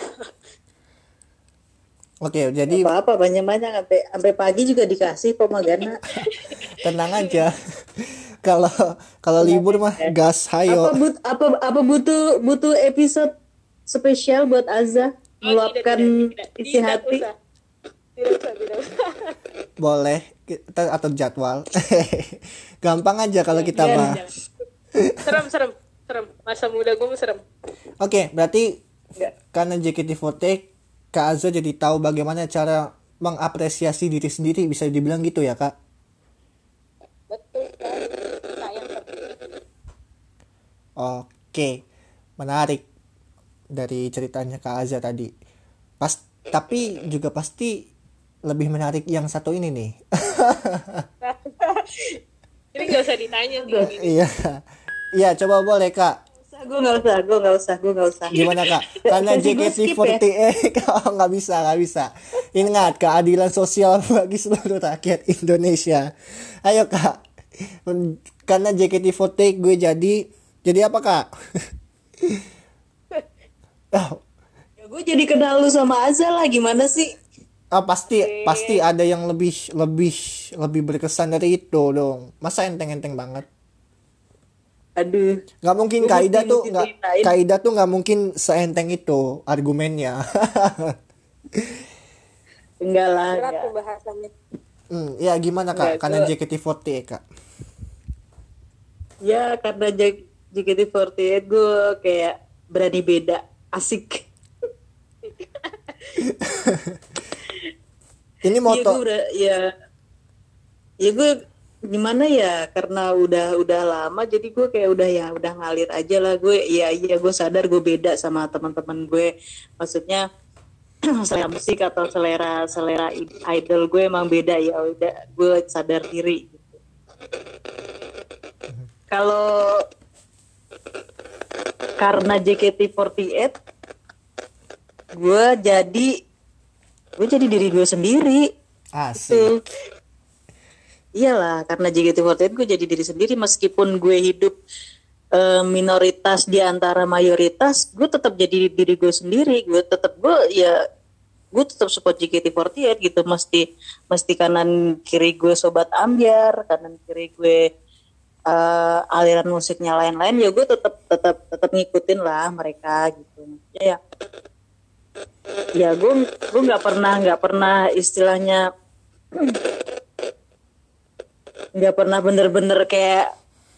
Speaker 1: Oke, jadi
Speaker 3: Apa-apa banyak-banyak sampai sampai pagi juga dikasih Pomagana.
Speaker 1: tenang aja. Kalau kalau libur mah gas
Speaker 3: Apa
Speaker 1: hayo.
Speaker 3: but apa apa butuh butuh episode spesial buat Azza meluapkan
Speaker 2: Oh, tidak, tidak,
Speaker 3: isi
Speaker 2: tidak
Speaker 3: hati.
Speaker 2: usah. Tidak usah, tidak usah.
Speaker 1: Boleh kita atur jadwal. Gampang aja kalau kita
Speaker 3: Iya,
Speaker 1: mah.
Speaker 2: Jangan. Serem, serem, serem. Masa muda gue mah serem.
Speaker 1: Oke, berarti
Speaker 3: Enggak.
Speaker 1: karena J K T empat puluh delapan Kak Azza jadi tahu bagaimana cara mengapresiasi diri sendiri, bisa dibilang gitu ya Kak?
Speaker 2: Betul sekali. Sayang sama diri sendiri.
Speaker 1: Oke, menarik dari ceritanya Kak Azza tadi. Pas, tapi juga pasti lebih menarik yang satu ini nih.
Speaker 2: Jadi gak usah ditanya sih yang ini.
Speaker 1: Iya, iya coba boleh Kak.
Speaker 3: Gue nggak usah, gue nggak usah, gue nggak usah.
Speaker 1: Gimana Kak? Karena J
Speaker 3: Kasih
Speaker 1: K
Speaker 3: gue
Speaker 1: T
Speaker 3: skip
Speaker 1: empat puluh delapan oh, nggak bisa, nggak bisa. Ingat keadilan sosial bagi seluruh rakyat Indonesia. Ayo Kak. Karena J K T empat puluh delapan gue jadi jadi apa Kak? Oh,
Speaker 3: Ya, gue jadi kenal lu sama Azza lah, gimana sih?
Speaker 1: ah, pasti pasti ada yang lebih lebih lebih berkesan dari itu dong. Masa enteng-enteng banget?
Speaker 3: Aduh,
Speaker 1: Nggak mungkin
Speaker 3: Gue
Speaker 1: Kaida
Speaker 3: mesti-
Speaker 1: tuh
Speaker 3: mesti
Speaker 1: nggak
Speaker 3: ceritain.
Speaker 1: Kaida tuh nggak mungkin seenteng itu argumennya.
Speaker 3: enggak lah,
Speaker 2: Berat
Speaker 3: enggak.
Speaker 2: pembahasannya.
Speaker 1: Hmm, ya gimana Kak?
Speaker 3: Nggak,
Speaker 1: Karena
Speaker 3: gua-
Speaker 1: J K T empat puluh delapan Kak.
Speaker 3: Ya karena J- J K T empat puluh delapan gue kayak berani beda, asik.
Speaker 1: Ini
Speaker 3: Iya
Speaker 1: moto
Speaker 3: gue udah, ya, ya gue gimana ya, karena udah udah lama jadi gue kayak udah ya udah ngalir aja lah gue. Iya iya gue sadar gue beda sama teman-teman gue, maksudnya selera musik atau selera selera idol gue emang beda, ya udah gue sadar diri gitu. Kalau karena J K T empat puluh delapan gue jadi gue jadi diri gue sendiri.
Speaker 1: asik.
Speaker 3: Tuh. Iyalah, karena J K T empat puluh delapan gue jadi diri sendiri, meskipun gue hidup eh, minoritas di antara mayoritas, gue tetap jadi diri gue sendiri. Gue tetap gue ya gue tetap support J K T empat puluh delapan gitu. Mesti mesti kanan kiri gue sobat ambyar, kanan kiri gue eh, aliran musiknya lain-lain, ya gue tetap tetap tetap ngikutin lah mereka gitu. Ya, ya. Ya gue gue nggak pernah nggak pernah istilahnya nggak pernah bener-bener kayak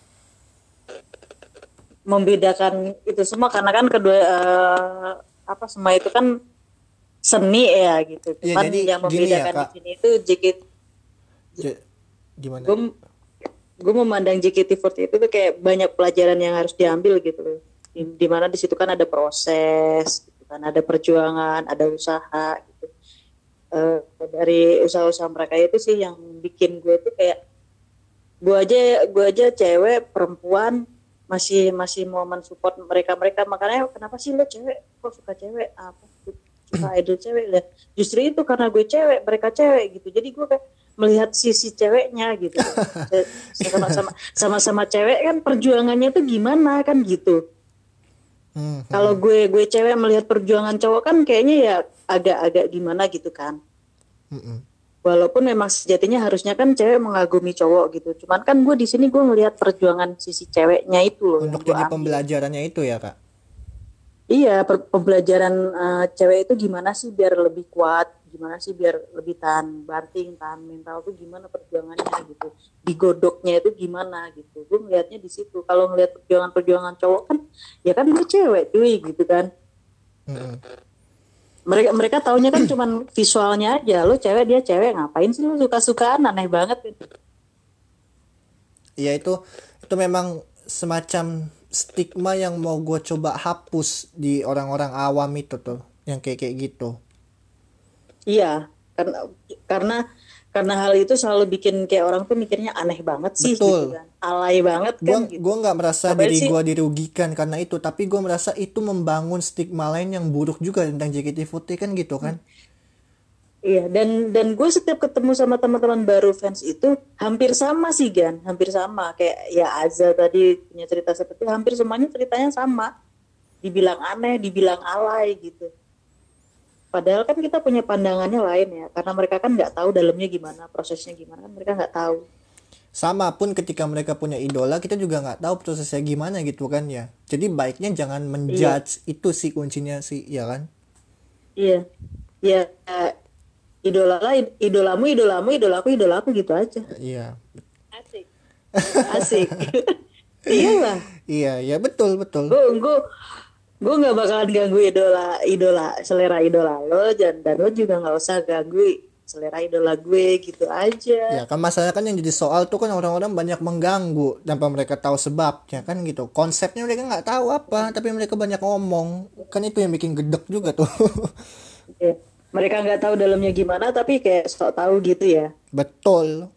Speaker 3: membedakan itu semua karena kan kedua eh, apa semua itu kan seni ya gitu.
Speaker 1: Ya
Speaker 3: Cuman
Speaker 1: jadi
Speaker 3: yang
Speaker 1: gini ya
Speaker 3: membedakan di
Speaker 1: Kak.
Speaker 3: sini itu J K T.
Speaker 1: J- gimana?
Speaker 3: Gue gue memandang J K T empat puluh delapan itu tuh kayak banyak pelajaran yang harus diambil gitu loh. Di, di mana di situ kan ada proses, gitu kan ada perjuangan, ada usaha gitu. Eh, dari usaha-usaha mereka itu sih yang bikin gue tuh kayak gue aja gue aja cewek perempuan masih masih mau mensupport mereka mereka makanya kenapa sih lo cewek kok suka cewek apa suka idol cewek lah justru itu karena gue cewek mereka cewek gitu jadi gue kayak melihat sisi ceweknya gitu sama sama sama sama cewek kan perjuangannya tuh gimana kan gitu
Speaker 1: Hmm, hmm,
Speaker 3: kalau gue gue cewek melihat perjuangan cowok kan kayaknya ya agak-agak gimana gitu kan
Speaker 1: hmm, hmm.
Speaker 3: walaupun memang sejatinya harusnya kan cewek mengagumi cowok gitu. Cuman kan gue di sini gue ngelihat perjuangan sisi ceweknya itu loh.
Speaker 1: Untuk
Speaker 3: yang gue
Speaker 1: jadi
Speaker 3: ambil.
Speaker 1: pembelajarannya itu ya Kak.
Speaker 3: Iya, per- pembelajaran eh, cewek itu gimana sih biar lebih kuat, gimana sih biar lebih tahan banting, tahan mental tuh gimana perjuangannya gitu. Digodoknya itu gimana gitu. Gue ngelihatnya di situ. Kalau ngelihat perjuangan-perjuangan cowok kan, ya kan gue cewek cuy gitu kan.
Speaker 1: Hmm, hmm.
Speaker 3: Mereka mereka taunya kan cuman visualnya aja. Lo cewek dia cewek ngapain sih lo suka-sukaan aneh banget gitu.
Speaker 1: Ya itu itu memang semacam stigma yang mau gue coba hapus di orang-orang awam itu tuh, yang kayak kayak gitu.
Speaker 3: Iya, karena karena karena hal itu selalu bikin kayak orang tuh mikirnya aneh banget sih
Speaker 1: Betul.
Speaker 3: gitu kan. Alay banget
Speaker 1: Gue
Speaker 3: kan gitu.
Speaker 1: gue nggak merasa
Speaker 3: Ngapain
Speaker 1: diri
Speaker 3: sih?
Speaker 1: gue dirugikan karena itu, tapi gue merasa itu membangun stigma lain yang buruk juga tentang J K T empat puluh kan gitu kan.
Speaker 3: Iya, dan dan gue setiap ketemu sama teman-teman baru fans itu hampir sama sih Gan, hampir sama kayak ya Azza tadi punya cerita seperti itu, hampir semuanya ceritanya sama. Dibilang aneh, dibilang alay gitu. Padahal kan kita punya pandangannya lain ya, karena mereka kan nggak tahu dalamnya gimana, prosesnya gimana kan mereka nggak tahu.
Speaker 1: Sama pun ketika mereka punya idola, kita juga nggak tahu prosesnya gimana gitu kan ya. Jadi baiknya jangan menjudge, itu sih kuncinya sih, ya kan?
Speaker 3: Iya, ya idola lah, idolamu, idolamu, idolaku, idolaku gitu aja.
Speaker 1: Iya.
Speaker 2: Asik.
Speaker 3: Asik. Iyalah,
Speaker 1: Iya, ya betul betul.
Speaker 3: gue gue gue nggak bakalan ganggu idola idola selera idola lo, dan dan lo juga nggak usah ganggu selera idola gue gitu aja.
Speaker 1: Ya kan masalahnya kan yang jadi soal tuh kan orang-orang banyak mengganggu tanpa mereka tahu sebabnya kan gitu. Konsepnya mereka nggak tahu apa, tapi mereka banyak ngomong. Kan itu yang bikin gedek juga tuh.
Speaker 3: Ya. Mereka nggak tahu dalamnya gimana, tapi kayak sok tahu gitu ya.
Speaker 1: Betul.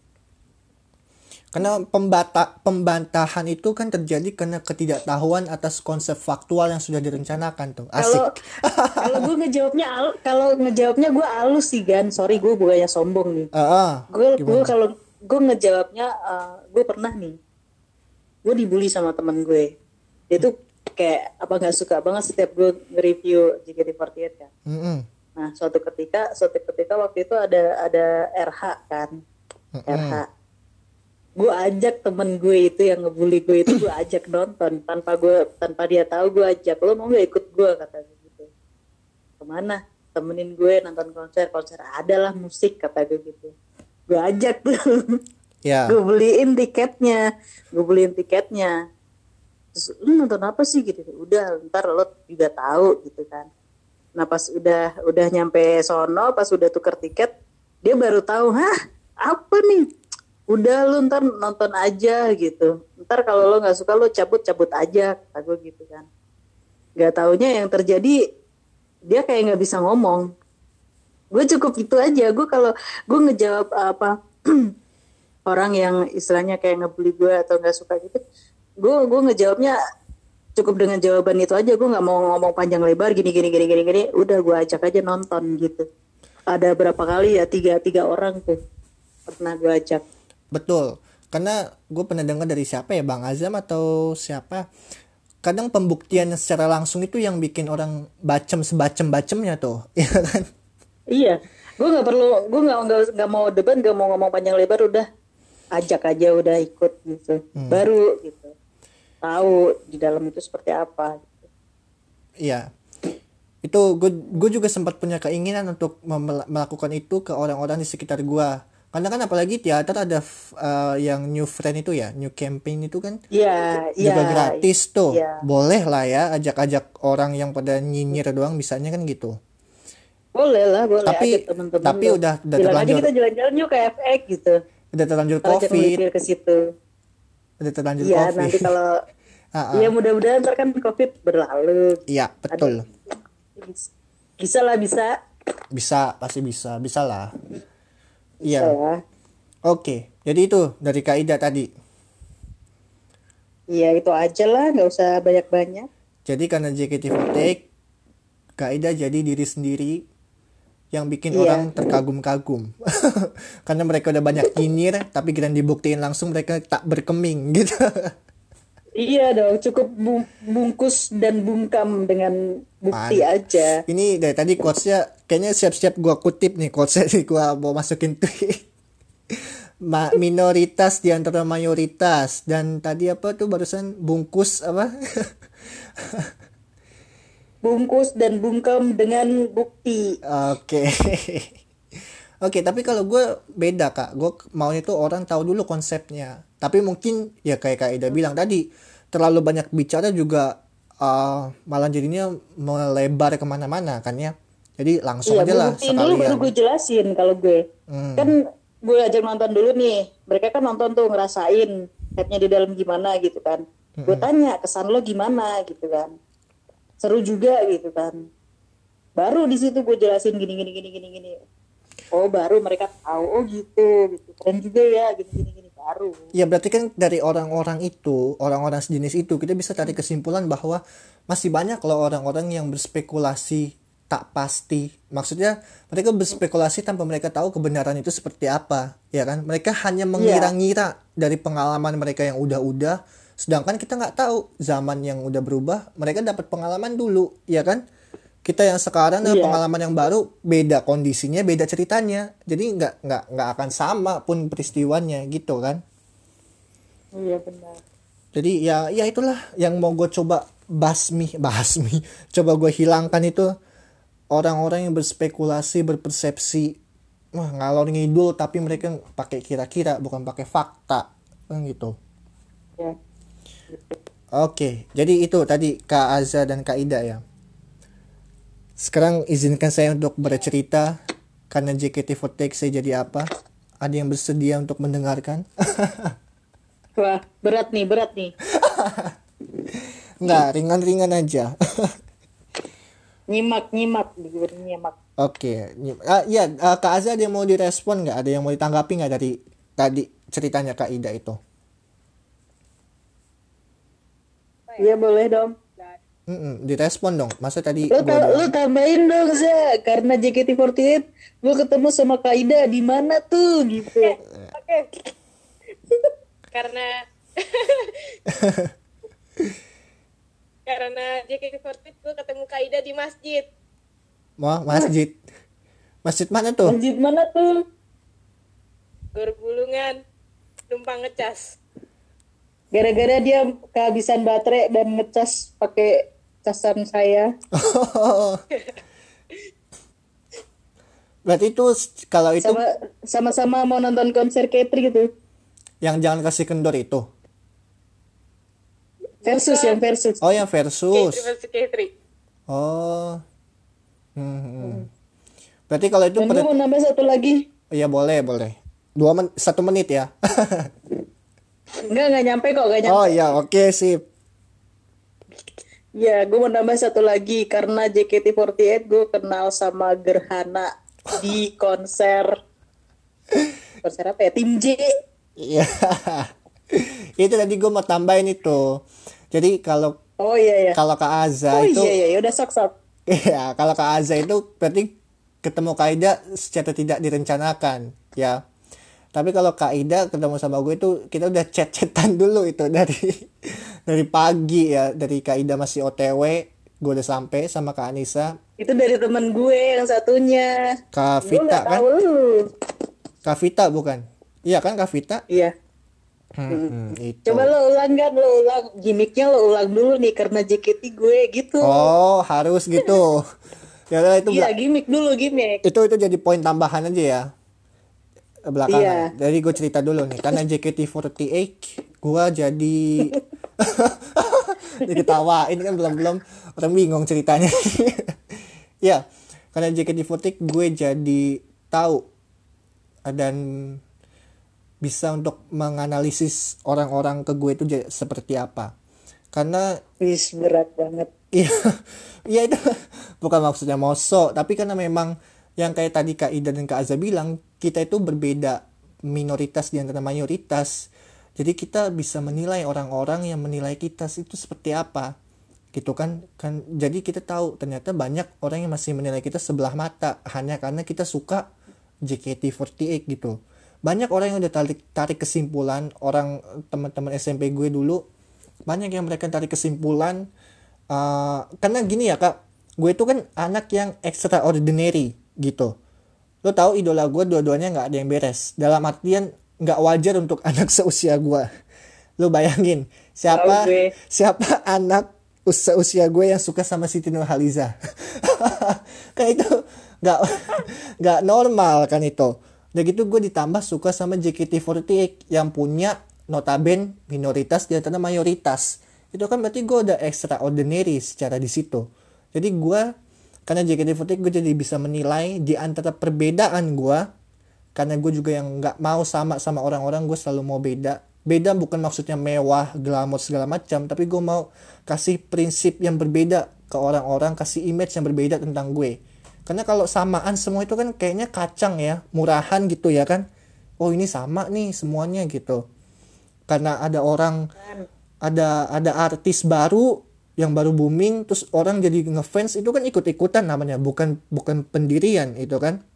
Speaker 1: Karena pembata pembantahan itu kan terjadi karena ketidaktahuan atas konsep faktual yang sudah direncanakan tuh.
Speaker 3: Kalau
Speaker 1: Asik.
Speaker 3: kalau gue ngejawabnya al- kalau ngejawabnya gue halus sih Gan, sorry gue bukannya sombong nih.
Speaker 1: Ah, ah,
Speaker 3: Gue gue
Speaker 1: gimana?
Speaker 3: kalau gue ngejawabnya eh, gue pernah nih, gue dibully sama teman gue. Dia tuh kayak apa nggak suka banget setiap gue nge-review J K T empat puluh delapan kan.
Speaker 1: Mm-mm.
Speaker 3: Nah suatu ketika suatu ketika waktu itu ada ada R H kan,
Speaker 1: Mm-mm.
Speaker 3: R H. Gue ajak temen gue itu yang ngebully gue itu gue ajak nonton tanpa gue tanpa dia tahu, gue ajak, lo mau nggak ikut gue kata gue gitu. Kemana? Temenin gue nonton konser, konser adalah musik kata gue gitu. Gue ajak tuh,
Speaker 1: Ya.
Speaker 3: gue beliin tiketnya, gue beliin tiketnya. Terus lu nonton apa sih gitu? Udah, ntar lo juga tahu gitu kan. Nah pas udah udah nyampe sono, pas udah tuker tiket, dia baru tahu, hah apa nih? Udah lu ntar nonton aja gitu. Ntar kalau lo nggak suka lo cabut cabut aja, kata gue gitu kan. Gak taunya yang terjadi dia kayak nggak bisa ngomong. Gue cukup itu aja. Gue kalau gue ngejawab apa orang yang istilahnya kayak ngebully gue atau nggak suka gitu, gue gue ngejawabnya cukup dengan jawaban itu aja. Gue nggak mau ngomong panjang lebar gini gini gini gini gini. Udah gue ajak aja nonton gitu. Ada berapa kali ya, tiga tiga orang tuh pernah gue ajak.
Speaker 1: Betul. Karena gue pernah dengar dari siapa ya, Bang Azam atau siapa. Kadang pembuktian secara langsung itu yang bikin orang bacem sebacem-bacemnya tuh. Ya kan?
Speaker 3: Iya, gue nggak perlu, gue nggak nggak nggak mau debat, nggak mau ngomong panjang lebar, udah ajak aja, udah ikut gitu, baru gitu, tahu di dalam itu seperti apa. Gitu.
Speaker 1: Iya. Itu gue gue juga sempat punya keinginan untuk mem- melakukan itu ke orang-orang di sekitar gue. Karena kan apalagi teater ada f- uh, yang new friend itu ya, new campaign itu kan
Speaker 3: Iya, iya,
Speaker 1: juga gratis tuh.
Speaker 3: iya.
Speaker 1: Boleh lah ya ajak-ajak orang yang pada nyinyir doang bisanya kan gitu.
Speaker 3: Boleh lah, boleh
Speaker 1: Tapi
Speaker 3: ajak teman-teman
Speaker 1: tapi
Speaker 3: lo.
Speaker 1: udah udah
Speaker 3: Bilang aja
Speaker 1: terlanjur
Speaker 3: kita jalan-jalan yuk ke F X gitu.
Speaker 1: udah terlanjur
Speaker 3: Kalau ajak
Speaker 1: covid,
Speaker 3: melipir ke situ.
Speaker 1: udah terlanjur
Speaker 3: Iya,
Speaker 1: covid.
Speaker 3: nanti kalau
Speaker 1: Ah, ah.
Speaker 3: Iya mudah-mudahan ntar kan COVID berlalu.
Speaker 1: Iya, betul.
Speaker 3: Bisa lah, bisa.
Speaker 1: Bisa, pasti bisa, bisa lah.
Speaker 3: Bisa
Speaker 1: Iya.
Speaker 3: lah.
Speaker 1: Oke, jadi itu dari Kak Ida tadi.
Speaker 3: Iya itu aja lah, nggak usah banyak-banyak.
Speaker 1: Jadi karena J K T empat puluh delapan, Kak Ida jadi diri sendiri yang bikin
Speaker 3: Iya.
Speaker 1: orang terkagum-kagum. Karena mereka udah banyak nyinyir, tapi kita dibuktiin langsung mereka tak berkeming gitu.
Speaker 3: Iya dong, cukup bu- bungkus dan bungkam dengan bukti
Speaker 1: Man.
Speaker 3: aja.
Speaker 1: Ini dari tadi quotesnya kayaknya siap-siap gua kutip nih quotesnya nih gua mau masukin tweet. Ma- minoritas di antara mayoritas, dan tadi apa tuh barusan bungkus apa?
Speaker 3: Bungkus dan bungkam dengan bukti.
Speaker 1: Oke. Oke, tapi kalau gue beda kak, gue maunya tuh orang tahu dulu konsepnya. Tapi mungkin ya kayak Kak Ida bilang tadi, terlalu banyak bicara juga uh, malah jadinya melebar kemana-mana kan ya. Jadi langsung
Speaker 3: Iya,
Speaker 1: aja lah
Speaker 3: buktiin dulu baru
Speaker 1: sekalian.
Speaker 3: gue jelasin kalau gue.
Speaker 1: Hmm.
Speaker 3: Kan gue ajak nonton dulu nih. Mereka kan nonton tuh ngerasain headnya di dalam gimana gitu kan. Gue tanya kesan lo gimana gitu kan. Seru juga gitu kan. Baru di situ gue jelasin gini gini gini gini gini. Oh baru mereka tahu oh gitu gitu. Keren juga ya gini gini gini baru.
Speaker 1: Ya berarti kan dari orang-orang itu, orang-orang sejenis itu kita bisa tarik kesimpulan bahwa masih banyak loh orang-orang yang berspekulasi tak pasti. Maksudnya mereka berspekulasi tanpa mereka tahu kebenaran itu seperti apa, ya kan? Mereka hanya mengira-ngira dari pengalaman mereka yang udah-udah, sedangkan kita nggak tahu zaman yang udah berubah, mereka dapat pengalaman dulu, ya kan? Kita yang sekarang dengan
Speaker 3: Iya.
Speaker 1: pengalaman yang baru, beda kondisinya, beda ceritanya. Jadi nggak nggak nggak akan sama pun peristiwanya gitu kan?
Speaker 3: Iya benar.
Speaker 1: Jadi ya ya itulah yang mau gue coba basmi basmi, coba gue hilangkan itu orang-orang yang berspekulasi, berpersepsi, wah ngalor ngidul, tapi mereka pakai kira-kira bukan pakai fakta kan gitu.
Speaker 3: Ya.
Speaker 1: Oke, jadi itu tadi Kak Aza dan Kak Ida ya. Sekarang izinkan saya untuk bercerita karena J K T empat puluh delapan saya jadi apa? Ada yang bersedia untuk mendengarkan?
Speaker 3: Wah berat nih berat nih.
Speaker 1: Enggak, ringan-ringan aja.
Speaker 3: Nyimak nyimak gue nyimak.
Speaker 1: Oke, ah, ya ah, Kak Aza ada yang mau direspon nggak? Ada yang mau ditanggapi nggak dari tadi ceritanya Kak Ida itu?
Speaker 3: Iya boleh dong.
Speaker 1: Mm-mm, direspon dong. Masa tadi
Speaker 3: Lu,
Speaker 1: gua
Speaker 3: ta-
Speaker 1: doang?
Speaker 3: lu tambahin dong Za, karena J K T empat puluh delapan gue ketemu sama Kaida di mana tuh gitu.
Speaker 2: Oke. Karena karena J K T empat puluh delapan gue ketemu Kaida di masjid.
Speaker 1: Wah, masjid. Masjid mana tuh?
Speaker 3: Masjid mana tuh?
Speaker 2: Gorbulungan numpang ngecas.
Speaker 3: Gara-gara dia kehabisan baterai dan ngecas pakai casan saya.
Speaker 1: Berarti itu s- kalau itu
Speaker 3: Sama sama-sama mau nonton konser Katri gitu.
Speaker 1: yang jangan kasih kendor itu.
Speaker 3: Versus yang versus.
Speaker 1: Oh, yang
Speaker 2: K tiga
Speaker 1: versus.
Speaker 2: versus K tiga.
Speaker 1: Oh. Hmm, hmm. Berarti kalau itu
Speaker 3: Dan gue
Speaker 1: ber-
Speaker 3: mau nambah satu lagi.
Speaker 1: iya boleh, boleh. Dua men satu menit ya.
Speaker 3: Enggak, enggak nyampe kok, enggak nyampe.
Speaker 1: Oh iya, oke sip.
Speaker 3: Ya, gue mau nambah satu lagi. Karena J K T empat puluh delapan gue kenal sama Gerhana di konser. Konser apa ya? Tim J.
Speaker 1: Iya. Itu tadi gue mau tambahin itu. Jadi kalau
Speaker 3: Oh iya, iya.
Speaker 1: kalau Kak Aza
Speaker 3: Oh
Speaker 1: itu
Speaker 3: iya, iya. Udah sok-sok.
Speaker 1: iya, kalau Kak Aza itu berarti ketemu Kak Ida secara tidak direncanakan, ya. Tapi kalau Kak Ida ketemu sama gue itu kita udah chat-chatan dulu itu dari dari pagi ya, dari Kak Ida masih O T W, gue udah sampai sama Kak Anissa,
Speaker 3: Itu dari temen gue yang satunya.
Speaker 1: Kak
Speaker 3: Gue
Speaker 1: Vita
Speaker 3: nggak
Speaker 1: kan?
Speaker 3: tahu lu.
Speaker 1: Kak Vita bukan? Iya kan Kak Vita?
Speaker 3: Iya.
Speaker 1: Hmm, itu.
Speaker 3: Coba lo ulang kan, lo ulang gimmicknya, lo ulang dulu nih karena J K T gue gitu.
Speaker 1: Oh, harus gitu. Ya udah, itu
Speaker 3: Iya,
Speaker 1: belak-
Speaker 3: gimmick dulu, gimmick.
Speaker 1: itu itu jadi poin tambahan aja ya belakangan.
Speaker 3: Iya.
Speaker 1: Jadi gue cerita dulu nih, karena J K T empat delapan gue jadi diketawain kan, belum-belum orang bingung ceritanya. Ya, karena J K T empat delapan gue jadi tahu dan bisa untuk menganalisis orang-orang ke gue itu j- seperti apa. Karena
Speaker 3: Wis, berat banget.
Speaker 1: iya, iya itu bukan maksudnya mosok, tapi karena memang yang kayak tadi Kak Ida dan Kak Aza bilang, kita itu berbeda minoritas di antara mayoritas. Jadi kita bisa menilai orang-orang yang menilai kita itu seperti apa. Gitu kan? Kan jadi kita tahu ternyata banyak orang yang masih menilai kita sebelah mata hanya karena kita suka J K T empat delapan gitu. Banyak orang yang udah tarik tarik kesimpulan, orang teman-teman S M P gue dulu banyak yang mereka tarik kesimpulan. Uh, karena gini ya Kak, gue itu kan anak yang extraordinary gitu. Lo tahu idola gue dua-duanya nggak ada yang beres. Dalam artian nggak wajar untuk anak seusia gue. Lo bayangin siapa
Speaker 3: Tahu gue.
Speaker 1: siapa anak seusia gue yang suka sama Siti Nurhaliza. Kayak itu nggak nggak normal kan itu. Udah gitu gue ditambah suka sama J K T empat delapan yang punya notaben minoritas di antara mayoritas. Itu kan berarti gue udah extraordinary secara di situ. Jadi gue karena J K T empat delapan gue jadi bisa menilai di antara perbedaan gue, karena gue juga yang nggak mau sama sama orang-orang, gue selalu mau beda. Beda bukan maksudnya mewah, glamor segala macam, tapi gue mau kasih prinsip yang berbeda ke orang-orang, kasih image yang berbeda tentang gue. Karena kalau samaan semua itu kan kayaknya kacang ya, murahan gitu ya kan. Oh ini sama nih semuanya gitu. Karena ada orang, ada ada artis baru yang baru booming, terus orang jadi ngefans, itu kan ikut-ikutan namanya, bukan bukan pendirian itu kan.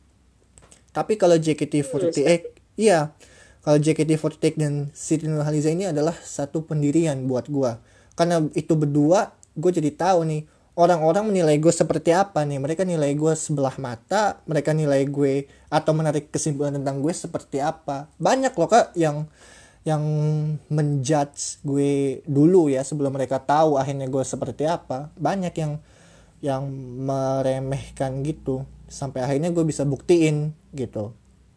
Speaker 1: Tapi kalau J K T empat delapan, iya, kalau J K T empat delapan dan Siti Nurhaliza ini adalah satu pendirian buat gua. Karena itu berdua, gue jadi tahu nih orang-orang menilai gue seperti apa nih. Mereka nilai gue sebelah mata, mereka nilai gue atau menarik kesimpulan tentang gue seperti apa. Banyak loh Kak yang yang menjudge gue dulu ya sebelum mereka tahu akhirnya gue seperti apa. Banyak yang yang meremehkan gitu sampai akhirnya gue bisa buktiin gitu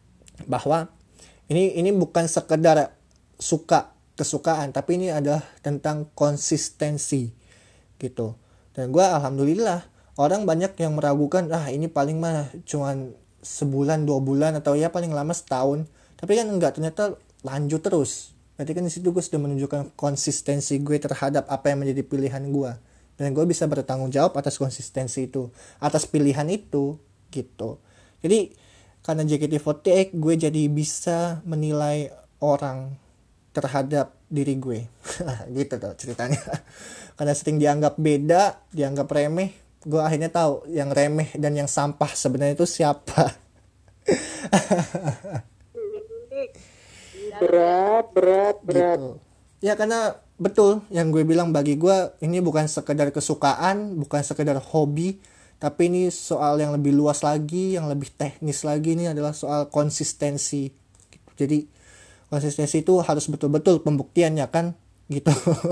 Speaker 1: bahwa ini ini bukan sekedar suka kesukaan, tapi ini adalah tentang konsistensi gitu. Dan gue alhamdulillah orang banyak yang meragukan, ah ini paling mah cuman sebulan dua bulan atau ya paling lama setahun, tapi kan enggak, ternyata lanjut terus. Berarti kan di situ gue sudah menunjukkan konsistensi gue terhadap apa yang menjadi pilihan gue, dan gue bisa bertanggung jawab atas konsistensi itu, atas pilihan itu gitu. Jadi karena J K T empat delapan gue jadi bisa menilai orang terhadap diri gue. Gitu tuh ceritanya. Karena sering dianggap beda, dianggap remeh, gue akhirnya tahu yang remeh dan yang sampah sebenarnya itu siapa.
Speaker 3: Berat, berat, berat.
Speaker 1: Gitu. Ya karena betul yang gue bilang, bagi gue ini bukan sekedar kesukaan, bukan sekedar hobi, tapi ini soal yang lebih luas lagi, yang lebih teknis lagi. Ini adalah soal konsistensi. Jadi konsistensi itu harus betul-betul pembuktiannya kan, gitu.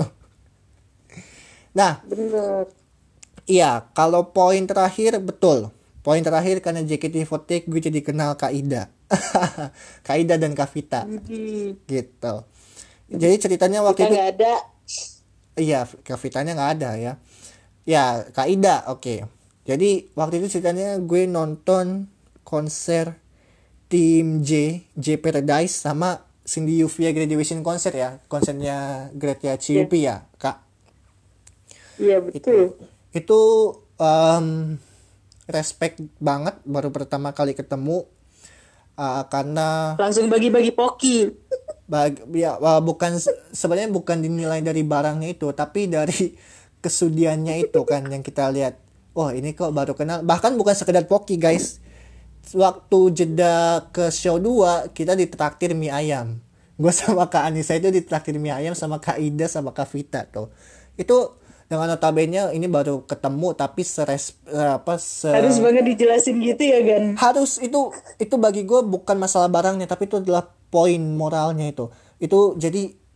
Speaker 1: Nah,
Speaker 3: Bener.
Speaker 1: iya, kalau poin terakhir betul. Poin terakhir karena J K T empat delapan gue jadi kenal Kak Ida. Kak Ida dan Kak Vita. Gitu. Jadi ceritanya waktu
Speaker 3: Kita
Speaker 1: itu,
Speaker 3: nggak ada.
Speaker 1: iya, Kak Vitanya nggak ada ya. Ya, Kak Ida, oke. Okay. Jadi waktu itu ceritanya gue nonton konser tim J, J Paradise sama Cindy Yuvia graduation concert ya. Konsernya Gretya Ciupi ya, Kak.
Speaker 3: Iya betul.
Speaker 1: Itu, itu um, respect banget, baru pertama kali ketemu. Uh, karena
Speaker 3: Langsung bagi-bagi poki.
Speaker 1: Bag, ya, bukan sebenarnya bukan dinilai dari barangnya itu, tapi dari kesudiannya itu kan yang kita lihat. Oh ini kok baru kenal, bahkan bukan sekedar poki guys. Waktu jeda ke show dua kita ditraktir mie ayam. Gue sama Kak Anissa itu ditraktir mie ayam sama Kak Ida sama Kak Vita tuh. Itu dengan notabene ini baru ketemu tapi seres apa se
Speaker 3: Harus banget dijelasin gitu ya Gan.
Speaker 1: harus itu itu bagi gue bukan masalah barangnya, tapi itu adalah poin moralnya itu. Itu jadi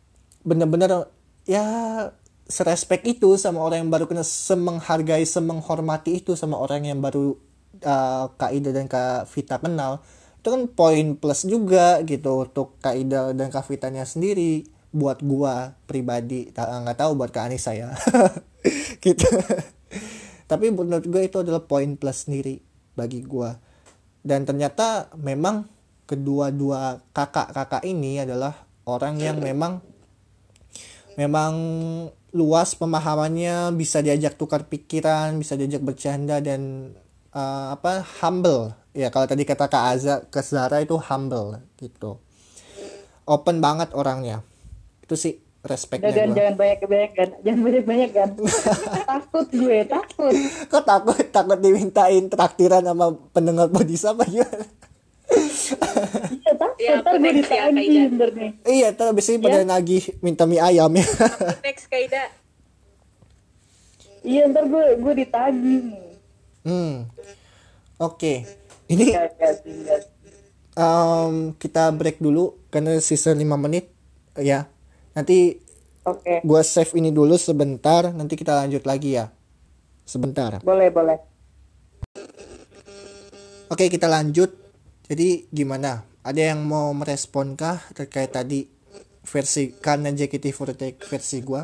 Speaker 1: bener-bener ya serespek itu sama orang yang baru kenal, semenghargai, semenghormati itu sama orang yang baru uh, Kak Ida dan Kak Vita kenal. Itu kan poin plus juga gitu untuk Kak Ida dan Kak Vitanya sendiri. Buat gua pribadi, nggak tahu buat Kak Anissa ya. Gitu. Tapi menurut gue itu adalah poin plus sendiri bagi gue. Dan ternyata memang kedua-dua kakak-kakak ini adalah orang yang memang memang luas pemahamannya, bisa diajak tukar pikiran, bisa diajak bercanda, dan uh, apa humble. Ya kalau tadi kata Kak Aza ke Zara itu humble gitu. Open banget orangnya. Itu sih respectnya
Speaker 3: Jangan
Speaker 1: gue.
Speaker 3: jangan banyak-banyak kan, jangan banyak-banyak kan. Takut gue, takut.
Speaker 1: Kok takut takut dimintain traktiran sama pendengar Podisa apa gimana?
Speaker 3: Iya takut,
Speaker 2: Ya,
Speaker 3: ntar gue
Speaker 2: next ya,
Speaker 3: ditagih
Speaker 2: Kak Ida.
Speaker 3: ntar nih.
Speaker 1: Iya, terus abis ini pada nagih minta mie ayam ya.
Speaker 2: Next Kak Ida.
Speaker 3: Iya ntar gue gue ditagih nih.
Speaker 1: Hmm. Oke. Ini
Speaker 3: Enggak, enggak sih, enggak sih.
Speaker 1: um, kita break dulu karena sisa lima menit ya. Nanti
Speaker 3: Oke,
Speaker 1: gua save ini dulu sebentar, nanti kita lanjut lagi ya. Sebentar.
Speaker 3: boleh boleh.
Speaker 1: Oke, kita lanjut. Jadi gimana? Ada yang mau merespon kah terkait tadi versi karena J K T empat puluh delapan versi gua?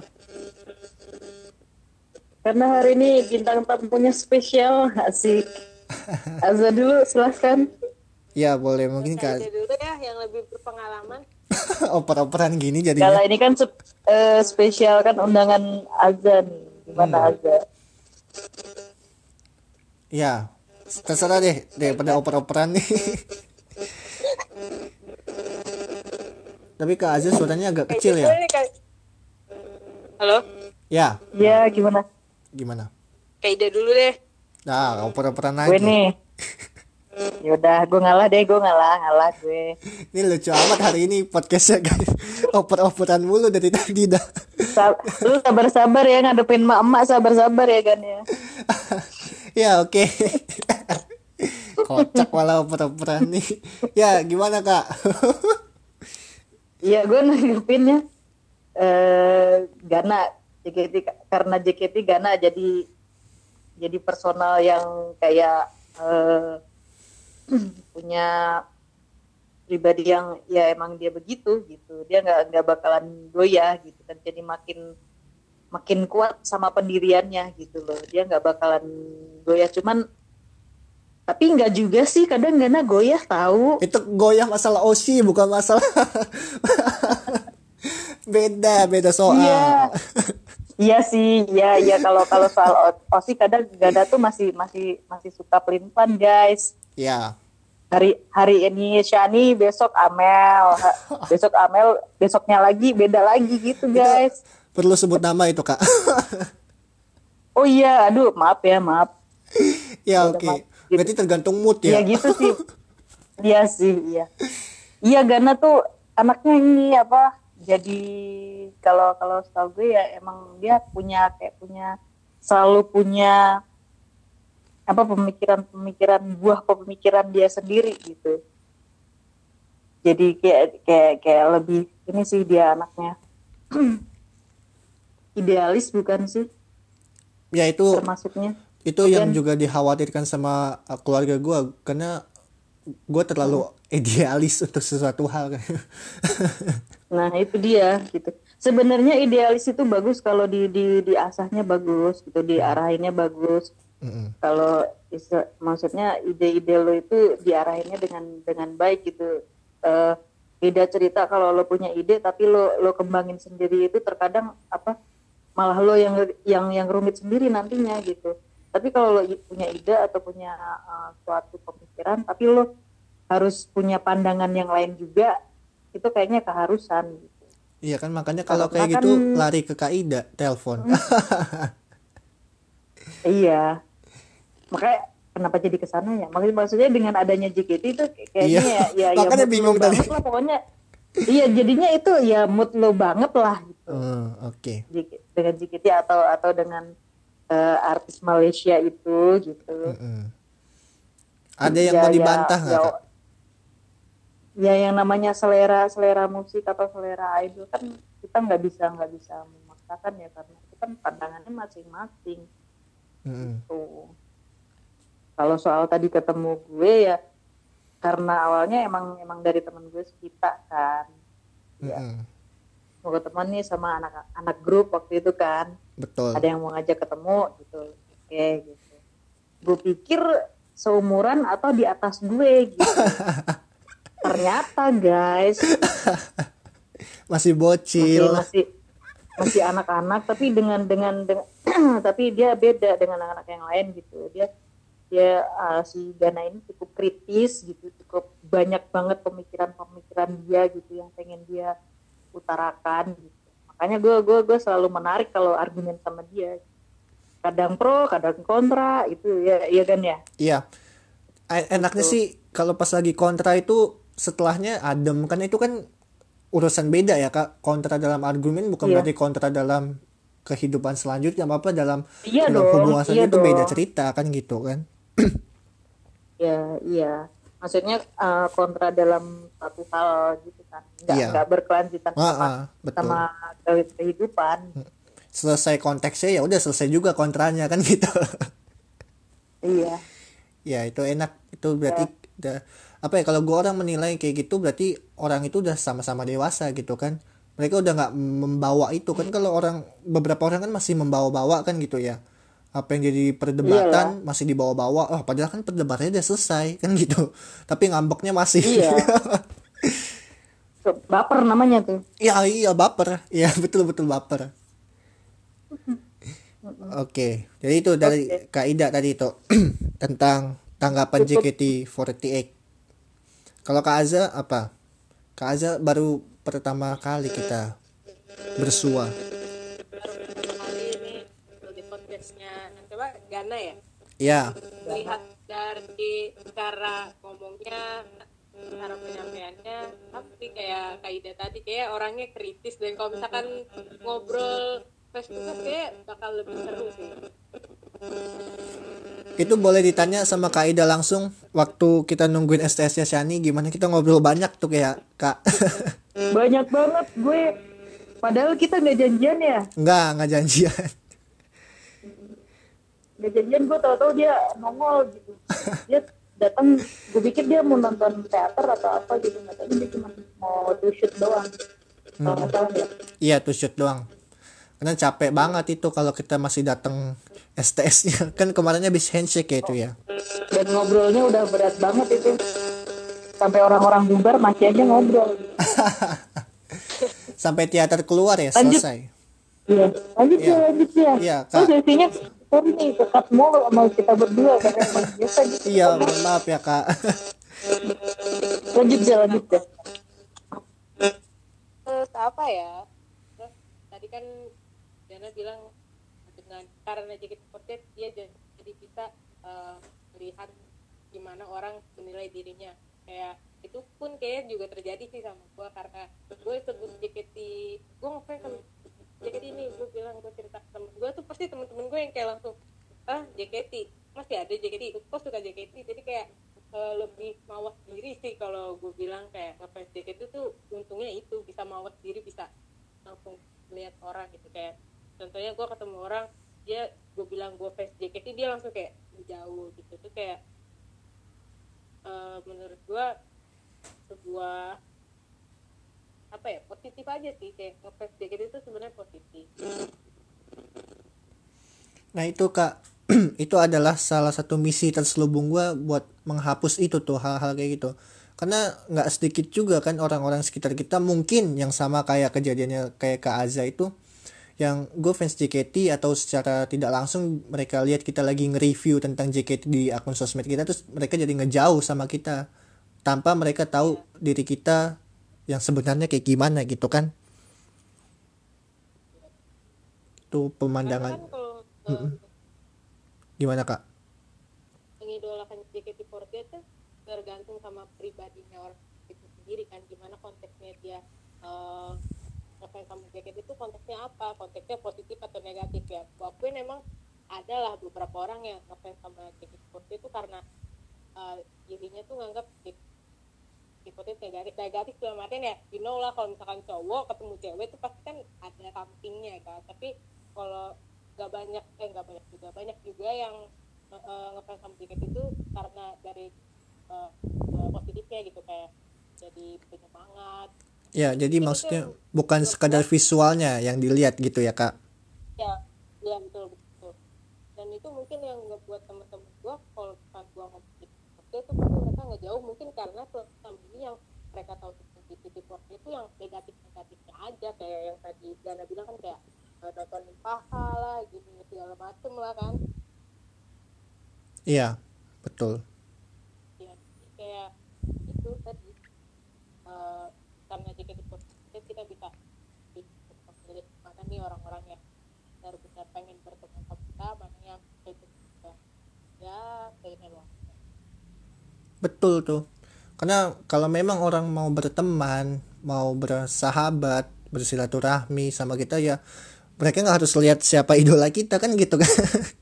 Speaker 3: Karena hari ini bintang tamunya spesial, asik. Azza dulu, silahkan.
Speaker 1: Ya, boleh mungkin
Speaker 2: Kak
Speaker 1: Kak.
Speaker 2: Ida dulu ya yang lebih berpengalaman.
Speaker 1: Oper-operan gini
Speaker 3: Kalau
Speaker 1: jadinya.
Speaker 3: ini kan sep- eh, spesial kan undangan Azza nih. Gimana Azza?
Speaker 1: Ya, terserah deh daripada oper-operan nih. Tapi Kak Aziz suaranya agak kecil ya.
Speaker 2: Halo,
Speaker 1: Ya,
Speaker 3: Ya, gimana?
Speaker 1: gimana?
Speaker 2: Kak Ida dulu deh.
Speaker 1: Nah, oper-operan
Speaker 3: Gue
Speaker 1: lagi.
Speaker 3: nih. Yaudah, gue ngalah deh, gue ngalah, ngalah gue.
Speaker 1: Ini lucu amat hari ini podcastnya guys. Oper-operan mulu dari tadi dah.
Speaker 3: Sa- lu sabar-sabar ya ngadepin emak-emak, sabar-sabar ya kan ya.
Speaker 1: Ya oke. Kocak malah oper-operan nih. Ya gimana Kak?
Speaker 3: Iya, gue nanggepinnya eh Gana J K T, karena J K T Gana jadi jadi personal yang kayak eh, punya pribadi yang ya emang dia begitu gitu, dia nggak nggak bakalan goyah gitu kan, jadi makin makin kuat sama pendiriannya gitu loh, dia nggak bakalan goyah. Cuman tapi nggak juga sih, kadang Gana goyah tahu.
Speaker 1: Itu goyah masalah Oshi bukan masalah. Beda, beda soal.
Speaker 3: Iya. Iya sih, iya iya kalau kalau soal O- Osi kadang Gada tuh masih masih masih suka pelin-pelan guys.
Speaker 1: Ya.
Speaker 3: Hari hari ini Shani, besok Amel, ha- besok Amel, besoknya lagi beda lagi gitu guys.
Speaker 1: Perlu sebut nama itu Kak.
Speaker 3: Oh iya, aduh maaf ya maaf.
Speaker 1: Ya
Speaker 3: Udah,
Speaker 1: oke.
Speaker 3: maaf.
Speaker 1: Berarti tergantung mood ya.
Speaker 3: Iya gitu sih. Iya sih, iya. Iya Gana tuh anaknya ini apa? Jadi kalau kalau setahu gue ya emang dia punya kayak punya selalu punya apa pemikiran-pemikiran, buah pemikiran dia sendiri gitu. Jadi kayak kayak kayak lebih ini sih dia anaknya idealis bukan sih
Speaker 1: Ya itu
Speaker 3: termasuknya.
Speaker 1: itu yang
Speaker 3: Dan-
Speaker 1: juga dikhawatirkan sama uh, keluarga gue karena gue terlalu idealis untuk sesuatu hal.
Speaker 3: Nah itu dia gitu. Sebenarnya idealis itu bagus kalau di di diasahnya bagus gitu, diarahinnya bagus.
Speaker 1: Mm-mm.
Speaker 3: Kalau is- maksudnya ide-ide lo itu diarahinnya dengan dengan baik gitu. Eh, beda cerita kalau lo punya ide tapi lo lo kembangin sendiri, itu terkadang apa malah lo yang yang yang rumit sendiri nantinya gitu. Tapi kalau lo i- punya ide atau punya eh, suatu pemikiran tapi lo harus punya pandangan yang lain juga, itu kayaknya keharusan gitu.
Speaker 1: Iya kan makanya kalau
Speaker 3: Karena
Speaker 1: kayak gitu
Speaker 3: kan-
Speaker 1: lari ke Kak Ida, telepon.
Speaker 3: Iya. Makanya kenapa jadi ke sana ya? Maksud- Maksudnya dengan adanya J K T itu kayaknya
Speaker 1: Iya.
Speaker 3: ya, ya,
Speaker 1: Makanya
Speaker 3: ya mood
Speaker 1: bingung
Speaker 3: lo
Speaker 1: tadi.
Speaker 3: banget lah pokoknya. Iya, jadinya itu ya mood lo banget lah gitu.
Speaker 1: Hmm, oke.
Speaker 3: J K dengan J K T atau atau dengan eh, artis Malaysia itu gitu.
Speaker 1: Mm-mm. Ada yang
Speaker 3: Ya,
Speaker 1: mau
Speaker 3: ya,
Speaker 1: dibantah nggak
Speaker 3: ya,
Speaker 1: Kak?
Speaker 3: Ya yang namanya selera selera musik atau selera idol kan kita nggak bisa nggak bisa memaksakan ya, karena itu kan pandangannya masing-masing.
Speaker 1: Mm-mm.
Speaker 3: Tuh. Kalau soal tadi ketemu gue ya, karena awalnya emang emang dari teman gue sekitar kan, ya
Speaker 1: Mm-mm.
Speaker 3: mau ketemu nih sama anak-anak grup waktu itu kan,
Speaker 1: Betul.
Speaker 3: ada yang mau ngajak ketemu gitu, oke gitu. Gue pikir seumuran atau di atas gue gitu. Ternyata guys
Speaker 1: Masih
Speaker 3: masih
Speaker 1: bocil.
Speaker 3: masih masih anak-anak, tapi dengan dengan, dengan tapi dia beda dengan anak-anak yang lain gitu. Dia dia uh, si Gana ini cukup kritis gitu, cukup banyak banget pemikiran-pemikiran dia gitu yang pengen dia utarakan gitu. Makanya gue gue gue selalu menarik kalau argumen sama dia. Kadang pro, kadang kontra itu ya, iya kan ya.
Speaker 1: Iya. E- Enaknya
Speaker 3: Gitu.
Speaker 1: sih kalau pas lagi kontra itu setelahnya adem, kan itu kan urusan beda ya Kak. Kontra dalam argumen bukan
Speaker 3: Iya.
Speaker 1: berarti kontra dalam kehidupan selanjutnya, apa dalam
Speaker 3: Iya
Speaker 1: dalam
Speaker 3: dong,
Speaker 1: hubungan
Speaker 3: iya
Speaker 1: selanjutnya itu beda
Speaker 3: dong.
Speaker 1: cerita kan gitu kan.
Speaker 3: Ya, iya. Maksudnya uh, kontra dalam satu hal gitu kan. Nggak
Speaker 1: Iya.
Speaker 3: nggak berkelanjutan
Speaker 1: Ah,
Speaker 3: sama
Speaker 1: ah, betul.
Speaker 3: sama ke- kehidupan.
Speaker 1: Selesai konteksnya ya udah selesai juga kontranya kan gitu.
Speaker 3: Iya.
Speaker 1: Ya itu enak, itu berarti udah apa ya, kalau gua orang menilai kayak gitu berarti orang itu udah sama-sama dewasa gitu kan. Mereka udah nggak membawa itu kan, kalau orang beberapa orang kan masih membawa-bawa kan gitu ya. Apa yang jadi perdebatan masih dibawa-bawa, oh padahal kan perdebatannya udah selesai kan gitu. Tapi ngambeknya masih.
Speaker 3: Iya. Baper namanya tuh.
Speaker 1: Ya iya baper. Ya betul betul baper. Oke, jadi itu dari
Speaker 3: Oke.
Speaker 1: Kak Ida tadi itu tentang tanggapan J K T empat delapan. Kalau Kak Aza apa? Kak Aza baru pertama kali kita bersua.
Speaker 2: Baru pertama kali ini di podcastnya coba Gana ya,
Speaker 1: Ya,
Speaker 2: melihat dari cara ngomongnya, cara penyampaiannya, tapi kayak Kaida tadi kayak orangnya kritis, dan kalau misalkan ngobrol face to face kayak bakal lebih seru sih.
Speaker 1: itu boleh ditanya sama Kak Ida langsung waktu kita nungguin S T S-nya Shani, gimana kita ngobrol banyak tuh kayak Kak.
Speaker 3: Banyak banget gue. Padahal kita nggak janjian ya.
Speaker 1: Enggak, enggak janjian.
Speaker 3: Nggak janjian, gue tahu-tahu dia nongol gitu. Dia datang, gue pikir dia mau nonton teater atau apa gitu. Nggak tahu dia cuma mau do shoot doang. Kalau nggak salah ya.
Speaker 1: Iya, tuh shoot doang. Karena capek banget itu kalau kita masih datang S T S-nya. Kan kemarinnya habis handshake ya itu ya.
Speaker 3: Dan ngobrolnya udah berat banget itu. Sampai orang-orang bubar masih aja ngobrol.
Speaker 1: Sampai teater keluar ya
Speaker 3: Lanjut.
Speaker 1: selesai.
Speaker 3: Iya, lanjut
Speaker 1: Iya.
Speaker 3: ya, lanjut ya.
Speaker 1: Iya,
Speaker 3: Oh,
Speaker 1: Kak.
Speaker 3: sesinya sorry nih, kekat mulu sama kita berdua karena emang biasa gitu.
Speaker 1: Iya, mohon maaf ya Kak.
Speaker 3: Lanjut ya, lanjut ya.
Speaker 2: Terus apa ya? Terus tadi kan Dana bilang dengan karena J K T empat delapan dia jadi bisa uh, melihat gimana orang menilai dirinya. Kayak itu pun kayak juga terjadi sih sama gue, karena gue sebut J K T, gue ngefans sama J K T ini, gue bilang, gue cerita ke temen gue tuh pasti temen-temen gue yang kayak langsung ah J K T masih ada J K T, kok suka J K T, jadi kayak uh, lebih mawas diri sih kalau gue bilang kayak ngefans J K T tuh untungnya itu bisa mawas diri, bisa langsung melihat orang gitu. Kayak contohnya gue ketemu orang, dia gue bilang gue fans J K T, dia langsung kayak jauh gitu tuh, kayak uh, menurut gue sebuah apa ya, positif aja sih, kayak ngefans J K T itu sebenarnya positif.
Speaker 1: Nah itu Kak, itu adalah salah satu misi terselubung gue buat menghapus itu tuh, hal-hal kayak gitu. Karena nggak sedikit juga kan orang-orang sekitar kita mungkin yang sama kayak kejadiannya kayak Kak Aza itu, yang gue fans J K T atau secara tidak langsung mereka lihat kita lagi nge-review tentang J K T di akun sosmed kita, terus mereka jadi ngejauh sama kita tanpa mereka tahu diri kita yang sebenarnya kayak gimana gitu kan. Itu
Speaker 2: Karena
Speaker 1: pemandangan.
Speaker 2: kan kalau uh,
Speaker 1: Gimana Kak?
Speaker 2: mengidolakan J K T empat delapan tuh tergantung sama pribadinya orang itu sendiri kan, gimana konteksnya dia uh, ngefans sama J K T itu konteksnya apa, konteksnya positif atau negatif ya. Walaupun memang adalah beberapa orang yang ngefans sama J K T empat delapan itu karena uh, dirinya tuh nganggap Ikutin negatif negatif dalam artian ya, you know lah, kalau misalkan cowok ketemu cewek itu pasti kan ada somethingnya kan. Tapi kalau nggak banyak eh nggak banyak juga banyak juga yang uh, ngefans sama J K T itu karena dari uh, uh, positifnya gitu, kayak jadi penyemangat.
Speaker 1: Ya, jadi
Speaker 2: Jadi
Speaker 1: maksudnya
Speaker 2: itu
Speaker 1: bukan sekadar visualnya yang dilihat gitu ya, Kak.
Speaker 2: ya, ya betul betul. Dan itu mungkin yang ngebuat teman-teman gua, kalau pas gua ngomongin oke itu pasti mereka ngejauh, mungkin karena selama ini yang mereka tahu tentang J K T empat puluh itu yang negatif-negatifnya aja, kayak yang tadi Dana bilang kan, kayak uh, nontonin paha lah gitu segala macem lah kan.
Speaker 1: Iya, betul.
Speaker 2: Ya, kayak itu tadi uh, karena J K T empat puluh kita bisa memilih mana nih orang-orang yang benar-benar pengen berteman sama kita, mana yang itu ya ya pengen loh.
Speaker 1: Betul tuh. Karena kalau memang orang mau berteman, mau bersahabat, bersilaturahmi sama kita ya, mereka nggak harus lihat siapa idola kita kan gitu kan.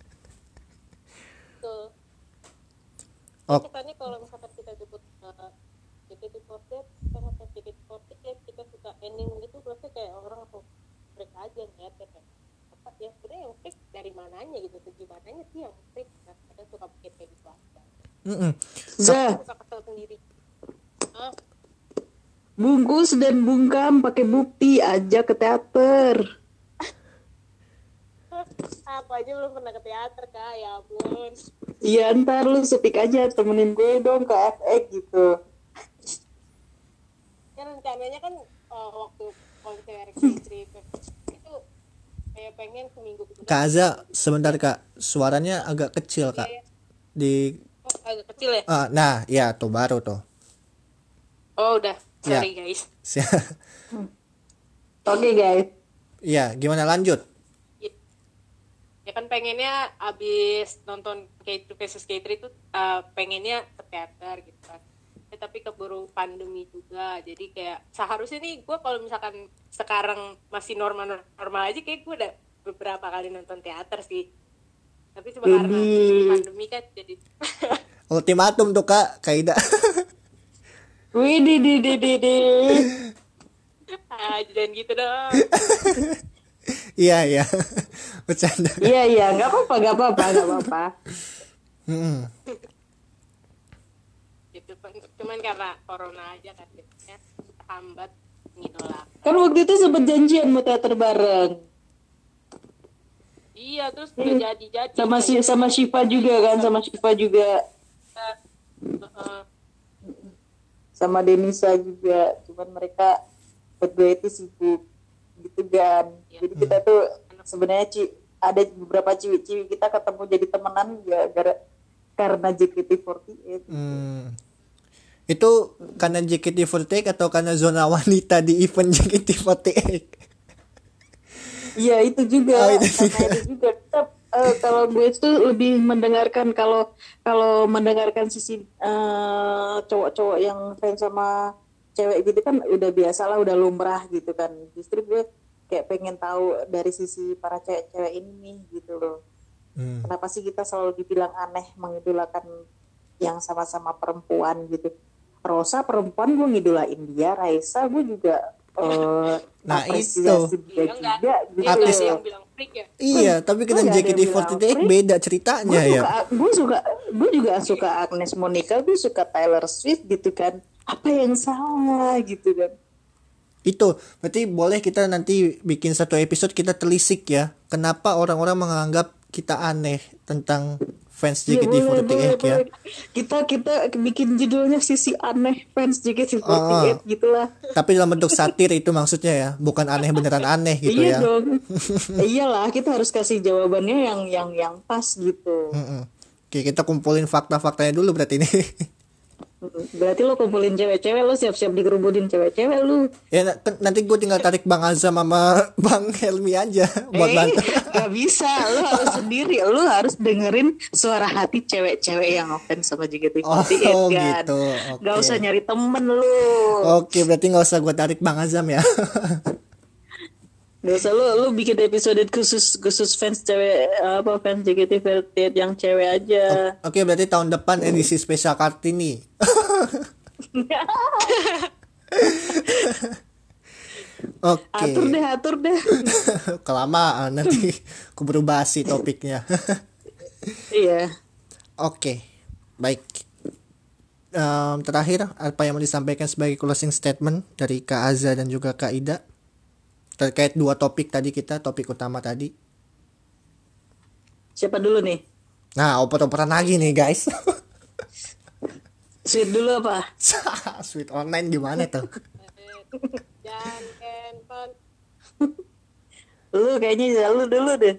Speaker 2: Betul.
Speaker 1: Oh.
Speaker 2: Makanya kalau misalkan kita sebut uh, J K T empat puluh, kita ngefans J K T empat puluh, kita suka ending gitu, pasti kayak orang tuh freak aja niat ya, kayak apa ya, sebenarnya yang freak dari mananya gitu, segi mananya sih yang freak, kan kadang suka bikin kayak gitu aja.
Speaker 1: Mm-mm.
Speaker 3: Zah,
Speaker 2: Suka kesel sendiri. Ah,
Speaker 3: bungkus dan bungkam pakai bukti aja ke teater.
Speaker 2: apa aja belum pernah ke teater kak, ya ampun.
Speaker 3: Iya, ntar lu speak aja, temenin gue dong ke F X gitu.
Speaker 2: Kan rencananya kan uh, waktu konser K-Trip itu kayak pengen seminggu gitu.
Speaker 1: Kak Aza, sebentar Kak, suaranya agak kecil Kak.
Speaker 2: Iya, iya.
Speaker 1: Di
Speaker 2: Oh, agak kecil ya.
Speaker 1: ah, nah, ya tuh baru tuh.
Speaker 2: Oh udah,
Speaker 1: Ya.
Speaker 2: sorry guys.
Speaker 3: Oke guys.
Speaker 1: Iya, gimana lanjut?
Speaker 2: Ya, ya kan pengennya abis nonton K two versus K three itu uh, pengennya ke teater gitu kan. Ya, tapi keburu pandemi juga, jadi kayak seharusnya nih gue kalau misalkan sekarang masih normal-normal aja, kayak gue udah beberapa kali nonton teater sih. Tapi cuma karena
Speaker 3: Jadi
Speaker 2: pandemi kan jadi
Speaker 1: Ultimatum tuh Kak, Kaida.
Speaker 3: wih di di di di di.
Speaker 2: ah, jangan gitu dong.
Speaker 1: Iya, iya. Bercanda.
Speaker 3: Iya iya, nggak apa-apa nggak apa-apa nggak apa-apa.
Speaker 1: Mm-mm.
Speaker 2: Gitu, cuman karena corona aja kan jadinya terhambat ngidolakan.
Speaker 3: Kan waktu itu sempet janjian mau teater bareng.
Speaker 2: Iya, terus udah jadi-jadi
Speaker 3: Sama si sama Shiva juga kan, sama Shiva juga,
Speaker 2: uh,
Speaker 3: sama Denisa juga. Cuman mereka berdua itu sibuk gitu kan.
Speaker 2: Ya.
Speaker 3: Jadi kita tuh sebenarnya ci- ada beberapa ciwi-ciwi kita ketemu jadi temenan ya gara karena J K T empat delapan.
Speaker 1: Hmm. Itu karena J K T empat puluh delapan atau karena zona wanita di event J K T empat puluh delapan?
Speaker 3: Iya itu juga,
Speaker 1: Oh, itu
Speaker 3: karena itu juga. Tetap, eh, kalau gue itu lebih mendengarkan kalau kalau mendengarkan sisi eh, cowok-cowok yang fans sama cewek gitu kan udah biasa lah, udah lumrah gitu kan. Justru gue kayak pengen tahu dari sisi para cewek-cewek ini nih gitu loh.
Speaker 1: Hmm.
Speaker 3: Kenapa sih kita selalu dibilang aneh mengidolakan yang sama-sama perempuan gitu. Rosa perempuan gue ngidolain dia, Raisa gue juga eh,
Speaker 1: Nah,
Speaker 3: apresiasi
Speaker 1: itu.
Speaker 3: dia
Speaker 2: Iya, enggak.
Speaker 3: juga
Speaker 2: Dia
Speaker 3: gitu.
Speaker 2: nggak
Speaker 1: Artis.
Speaker 2: ada yang bilang freak ya.
Speaker 1: Iya, tapi kita
Speaker 3: Nggak
Speaker 1: J
Speaker 3: ada
Speaker 1: K T
Speaker 3: yang bilang
Speaker 1: empat puluh delapan
Speaker 3: freak.
Speaker 1: beda ceritanya
Speaker 3: gue
Speaker 1: ya.
Speaker 3: suka, gue suka, gue juga suka Agnes Monica, gue suka Taylor Swift gitu kan. Apa yang salah gitu kan?
Speaker 1: Itu berarti boleh kita nanti bikin satu episode kita telisik ya. Kenapa orang-orang menganggap kita aneh tentang fans J K T
Speaker 3: Iya, boleh,
Speaker 1: empat puluh
Speaker 3: boleh,
Speaker 1: delapan ya.
Speaker 3: boleh. Kita kita bikin judulnya sisi aneh fans J K T empat puluh delapan
Speaker 1: Ah, ah.
Speaker 3: gitulah.
Speaker 1: Tapi dalam bentuk satir itu maksudnya ya, bukan aneh beneran aneh gitu
Speaker 3: Iya
Speaker 1: ya.
Speaker 3: dong. Iyalah, kita harus kasih jawabannya yang yang yang pas gitu.
Speaker 1: Mm-mm. Oke, kita kumpulin fakta-faktanya dulu berarti ini.
Speaker 3: Berarti lo kumpulin cewek-cewek, lo siap-siap dikerubudin cewek-cewek lu.
Speaker 1: Ya na- nanti gue tinggal tarik Bang Azam sama Bang Helmi aja buat
Speaker 3: Eh,
Speaker 1: bantu.
Speaker 3: gak bisa, lo harus sendiri, lo harus dengerin suara hati cewek-cewek yang ngefans sama J K T empat puluh delapan
Speaker 1: Oh,
Speaker 3: kan.
Speaker 1: gitu.
Speaker 3: Gak
Speaker 1: Oke.
Speaker 3: usah nyari temen lo.
Speaker 1: Oke, berarti nggak usah gue tarik Bang Azam ya.
Speaker 3: Gak usah, lo lo bikin episode khusus khusus fans cewek, apa fans J K T empat puluh delapan yang cewek aja.
Speaker 1: Oke, berarti tahun depan edisi spesial Kartini. Oke.
Speaker 3: Atur deh, atur deh.
Speaker 1: Kelamaan nanti keburu basi topiknya.
Speaker 3: Iya.
Speaker 1: Oke, baik. Em, terakhir, apa yang mau disampaikan sebagai closing statement dari Kak Aza dan juga Kak Ida terkait dua topik tadi kita, topik utama tadi.
Speaker 3: Siapa dulu nih?
Speaker 1: Nah, oper-operan lagi nih guys.
Speaker 3: Sweet dulu apa?
Speaker 1: Sweet online gimana tuh?
Speaker 2: Dan handphone.
Speaker 3: Lu kayaknya lu dulu deh.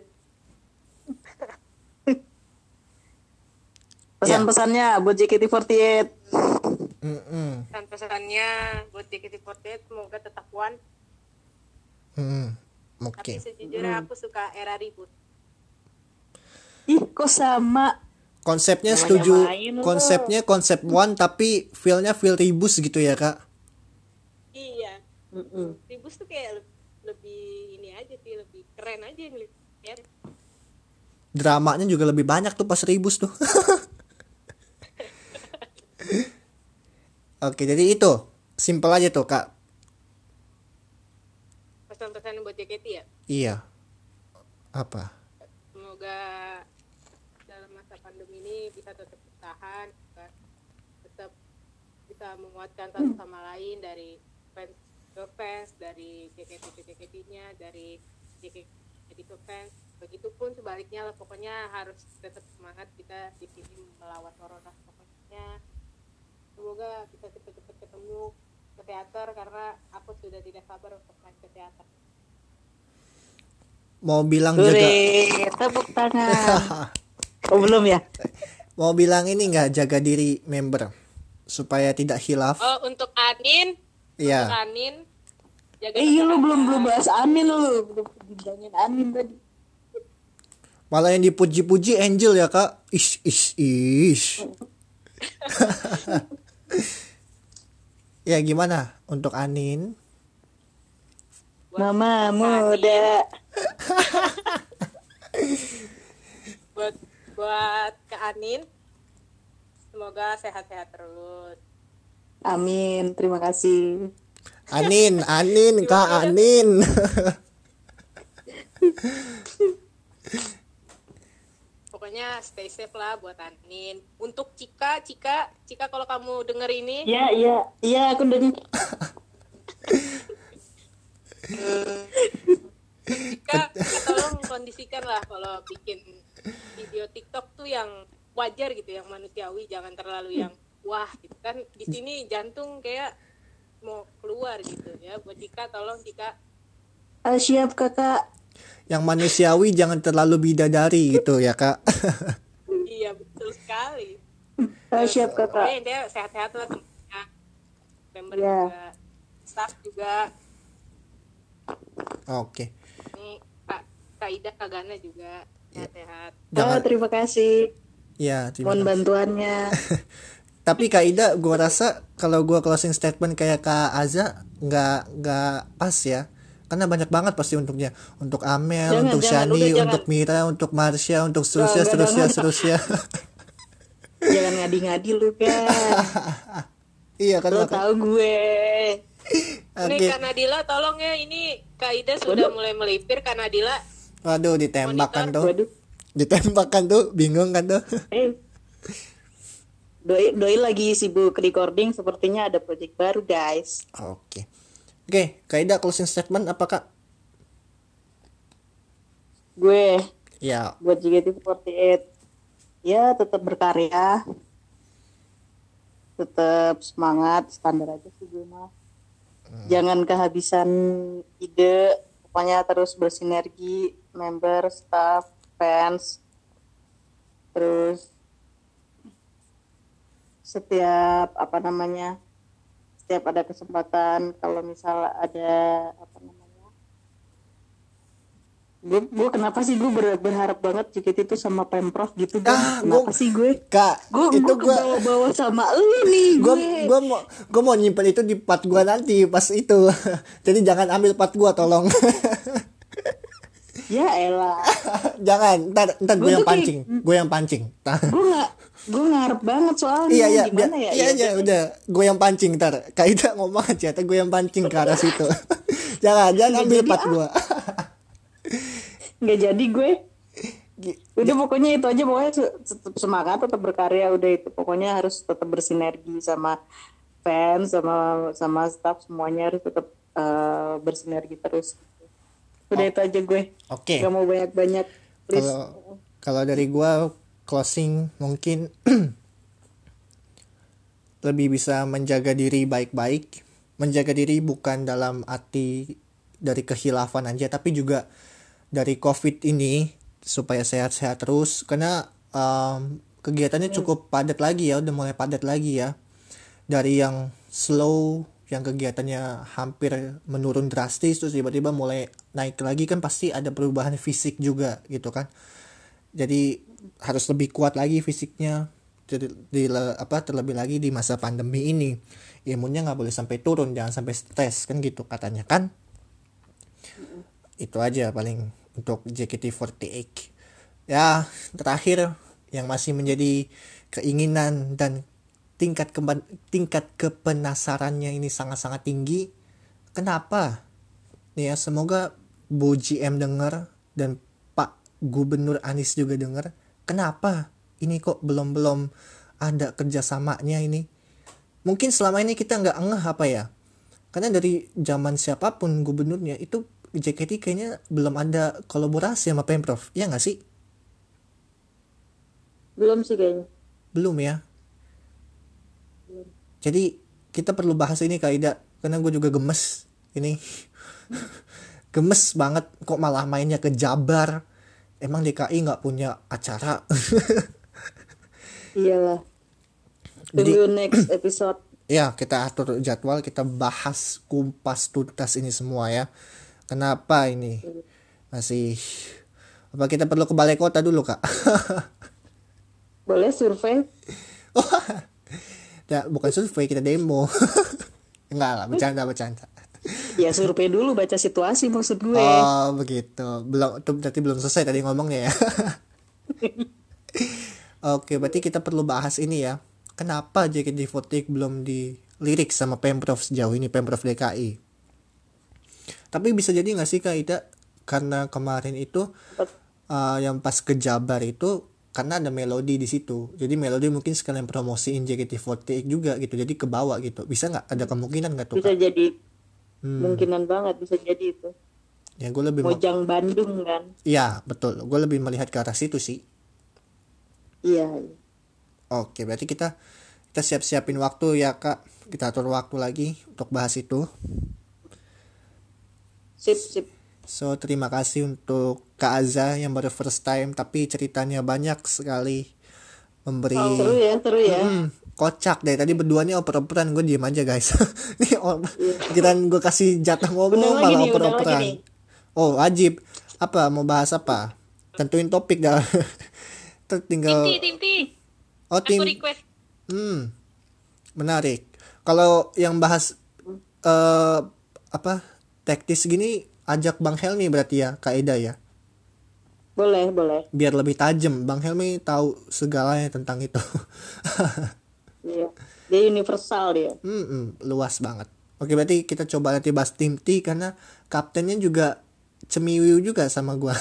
Speaker 3: Pesan-pesannya buat J K T empat delapan.
Speaker 1: Mm-mm.
Speaker 2: Dan pesannya buat J K T empat delapan semoga tetap one.
Speaker 1: Mm,
Speaker 2: Tapi
Speaker 1: Oke.
Speaker 2: sejujurnya aku suka era ribut.
Speaker 3: Ih, kok sama?
Speaker 1: Konsepnya
Speaker 3: Namanya
Speaker 1: setuju.
Speaker 3: main lu.
Speaker 1: Konsepnya konsep one tapi feel-nya feel ribus gitu ya kak.
Speaker 2: Iya,
Speaker 3: Mm-mm.
Speaker 2: ribut tuh kayak lebih, lebih ini aja sih, lebih keren aja ngeliat. Ya.
Speaker 1: Dramanya juga lebih banyak tuh pas ribus tuh. Oke, jadi itu simple aja tuh kak.
Speaker 2: Pesan-pesan buat J K T ya.
Speaker 1: Iya. Apa?
Speaker 2: Semoga dalam masa pandemi ini bisa tetap bertahan, bisa tetap bisa menguatkan satu sama lain dari fans ke fans, dari J K T ke J K T-nya, dari J K T ke fans. Begitupun sebaliknya lah, pokoknya harus tetap semangat kita di sini melawan corona. Pokoknya semoga bisa cepat-cepat ketemu ke teater karena aku sudah tidak sabar untuk main ke teater.
Speaker 1: Mau bilang jaga.
Speaker 3: Hore, tepuk tangan. Oh, belum ya?
Speaker 1: Mau bilang ini nggak jaga diri member supaya tidak hilaf.
Speaker 2: Oh, untuk Anin,
Speaker 1: Iya.
Speaker 2: untuk Anin, jaga
Speaker 3: Eh, iya, lu
Speaker 2: kesehatan.
Speaker 3: belum belum bahas Anin lu. Belum dibilangin Anin tadi.
Speaker 1: Malah yang dipuji-puji Angel ya kak. Ish ish ish. Ya gimana untuk Anin?
Speaker 3: Mama muda.
Speaker 2: buat buat ke Anin, semoga sehat-sehat terus.
Speaker 3: Amin, terima kasih.
Speaker 1: Anin, Anin, kak Anin.
Speaker 2: Pokoknya stay safe lah buat Anin. Untuk Cika, Cika, Cika kalau kamu denger ini,
Speaker 3: Iya, iya, iya, aku denger.
Speaker 2: Cika, tolong kondisikan lah kalau bikin video TikTok tuh yang wajar gitu, yang manusiawi, jangan terlalu yang wah gitu kan. Di sini jantung kayak mau keluar gitu ya. Buat Cika, tolong Cika.
Speaker 3: Ah, siap kakak.
Speaker 1: Yang manusiawi jangan terlalu bidadari gitu ya kak.
Speaker 2: Iya betul sekali.
Speaker 3: Ah, siap kakak.
Speaker 2: Pokoknya intinya sehat-sehat lah semuanya. Member
Speaker 3: Iya.
Speaker 2: juga, staff juga.
Speaker 1: Oke.
Speaker 2: Ini Kak Kak Ida, Kak Gana juga sehat-sehat.
Speaker 3: Ah,
Speaker 1: Jangan.
Speaker 3: terima kasih.
Speaker 1: Ya terima
Speaker 3: Mohon
Speaker 1: kasih.
Speaker 3: bantuannya.
Speaker 1: Tapi kak Ida, gue rasa kalau gue closing statement kayak kak Aza nggak nggak pas ya. Karena banyak banget pasti untuknya. Untuk Amel,
Speaker 3: Jangan,
Speaker 1: untuk
Speaker 3: jangan,
Speaker 1: Shani,
Speaker 3: udah,
Speaker 1: untuk Mira, untuk Marsha, untuk seterusnya,
Speaker 3: Jangan,
Speaker 1: seterusnya,
Speaker 3: jangan.
Speaker 1: seterusnya.
Speaker 3: Jangan ngadi-ngadi lu kan.
Speaker 1: Iya kan
Speaker 3: Lo
Speaker 1: maka-
Speaker 3: tahu gue.
Speaker 2: Ini
Speaker 1: Oke.
Speaker 2: Kak Nadila tolong ya, ini Kak Ida sudah mulai melipir. Kak Nadila,
Speaker 1: Waduh, ditembak kan tuh.
Speaker 3: Waduh.
Speaker 1: Ditembak kan tuh, bingung kan tuh.
Speaker 3: Eh. Doi, doi lagi sibuk recording, sepertinya ada project baru guys.
Speaker 1: Oke. Oke, Kak Ida closing statement apa kak?
Speaker 3: Gue
Speaker 1: Ya,
Speaker 3: buat J K T empat delapan, ya tetap berkarya, tetap semangat, standar aja sih gue mah. Jangan kehabisan ide, pokoknya terus bersinergi, member, staff, fans, terus setiap apa namanya, setiap ada kesempatan, kalau misal ada apa namanya, gue gue kenapa sih gue ber- berharap banget J K T itu sama pemprov gitu, gue
Speaker 1: Ah,
Speaker 3: kenapa
Speaker 1: gua-
Speaker 3: sih gue
Speaker 1: Kak,
Speaker 3: gue
Speaker 1: itu
Speaker 3: gue
Speaker 1: gue
Speaker 3: kebawa-bawa sama lu nih
Speaker 1: gue
Speaker 3: gue
Speaker 1: gue mau gue mau nyimpen itu di part gue nanti pas itu. Jadi jangan ambil part gue tolong.
Speaker 3: ya elah
Speaker 1: Jangan, ntar ntar gue
Speaker 3: Gua
Speaker 1: yang
Speaker 3: tuh kayak-
Speaker 1: pancing, gue yang pancing.
Speaker 3: gue nggak gue ngarep banget soalnya.
Speaker 1: Iya iya,
Speaker 3: Gimana
Speaker 1: dia-
Speaker 3: ya?
Speaker 1: iya
Speaker 3: Ya
Speaker 1: iya,
Speaker 3: udah.
Speaker 1: udah, gue yang pancing ntar. Kak Ida ngomong aja, ntar gue yang pancing ke arah situ. jangan jangan
Speaker 3: Nggak
Speaker 1: ambil
Speaker 3: jadi,
Speaker 1: part
Speaker 3: ah.
Speaker 1: gue.
Speaker 3: Nggak jadi gue.
Speaker 1: Gi-
Speaker 3: Udah pokoknya itu aja, pokoknya se- tetap semangat, tetap berkarya, udah itu pokoknya harus tetap bersinergi sama fans, sama sama staff, semuanya harus tetap eh, bersinergi terus. Udah itu aja gue.
Speaker 1: Oke.
Speaker 3: Gak mau banyak-banyak. Please.
Speaker 1: Kalau kalau dari gue closing mungkin lebih bisa menjaga diri baik-baik. Menjaga diri bukan dalam arti dari kehilafan aja, tapi juga dari COVID ini supaya sehat-sehat terus. Karena um, kegiatannya cukup padat lagi ya, udah mulai padat lagi ya. Dari yang slow, yang kegiatannya hampir menurun drastis, terus tiba-tiba mulai naik lagi, kan pasti ada perubahan fisik juga gitu kan. Jadi harus lebih kuat lagi fisiknya. Jadi, di, apa terlebih lagi di masa pandemi ini, imunnya nggak boleh sampai turun, jangan sampai stres kan gitu katanya kan. Itu aja paling untuk J K T empat delapan. Ya, terakhir yang masih menjadi keinginan dan tingkat keban- tingkat kepenasarannya ini sangat-sangat tinggi. Kenapa? Ya, semoga Bu G M dengar dan Pak Gubernur Anies juga dengar. Kenapa ini kok belum-belum ada kerjasamanya ini? Mungkin selama ini kita nggak ngeh apa ya? Karena dari zaman siapapun gubernurnya itu J K T kayaknya belum ada kolaborasi sama Pemprov. Ya nggak sih?
Speaker 3: Belum sih kayaknya.
Speaker 1: Belum ya. Jadi kita perlu bahas ini Kak Ida, karena gue juga gemes ini. Gemes banget kok malah mainnya ke Jabar. Emang D K I nggak punya acara?
Speaker 3: Iyalah.
Speaker 1: Jadi-
Speaker 3: Tunggu next episode.
Speaker 1: Ya, kita atur jadwal, kita bahas kumpas tuntas ini semua ya. Kenapa ini masih, apa kita perlu ke balai kota dulu Kak?
Speaker 3: Boleh survei?
Speaker 1: Ya, bukan survei, kita demo. Enggak lah, bercanda bercanda.
Speaker 3: Ya survei dulu, baca situasi maksud gue.
Speaker 1: Oh begitu, belum, itu berarti belum selesai tadi ngomongnya ya. Oke, berarti kita perlu bahas ini ya. Kenapa J K T empat delapan belum dilirik sama Pemprov sejauh ini, Pemprov D K I? Tapi bisa jadi nggak sih Kak Ida, karena kemarin itu uh, yang pas ke Jabar itu karena ada Melody di situ. Jadi Melody mungkin sekalian promosiin J K T empat delapan juga gitu. Jadi ke bawah gitu. Bisa nggak, ada kemungkinan nggak tuh
Speaker 3: Bisa
Speaker 1: Kak?
Speaker 3: jadi,
Speaker 1: Hmm.
Speaker 3: mungkinan banget bisa jadi itu.
Speaker 1: Ya gue lebih mau,
Speaker 3: Mojang Bandung kan?
Speaker 1: iya betul. Gue lebih melihat ke arah situ sih.
Speaker 3: Iya.
Speaker 1: Oke, berarti kita kita siap-siapin waktu ya Kak. Kita atur waktu lagi untuk bahas itu.
Speaker 3: Sip sip.
Speaker 1: So, terima kasih untuk Kak Aza yang baru first time tapi ceritanya banyak sekali, memberi
Speaker 3: Oh, seru ya, seru ya.
Speaker 1: Hmm, kocak deh. Tadi berduanya oper-operan, gue diem aja guys. Nih, oh, kirain gue kasih jatah ngomong
Speaker 3: Undang lagi
Speaker 1: malah
Speaker 3: nih, undang
Speaker 1: oper-operan.
Speaker 3: lagi nih.
Speaker 1: Oh, wajib. Apa, mau bahas apa? Tentuin topik dah. Terus tinggal
Speaker 2: Timti, Timti.
Speaker 1: Oh, tim.
Speaker 2: Aku request.
Speaker 1: Hmm, menarik. Kalau yang bahas eh apa teknis gini, ajak Bang Helmi berarti ya, Kak Ida ya.
Speaker 3: Boleh, boleh.
Speaker 1: Biar lebih tajam. Bang Helmi tahu segalanya tentang itu.
Speaker 3: Iya. Dia universal dia.
Speaker 1: Hmm, hmm, luas banget. Oke, berarti kita coba nanti bahas tim T karena kaptennya juga cemiwiu juga sama gua.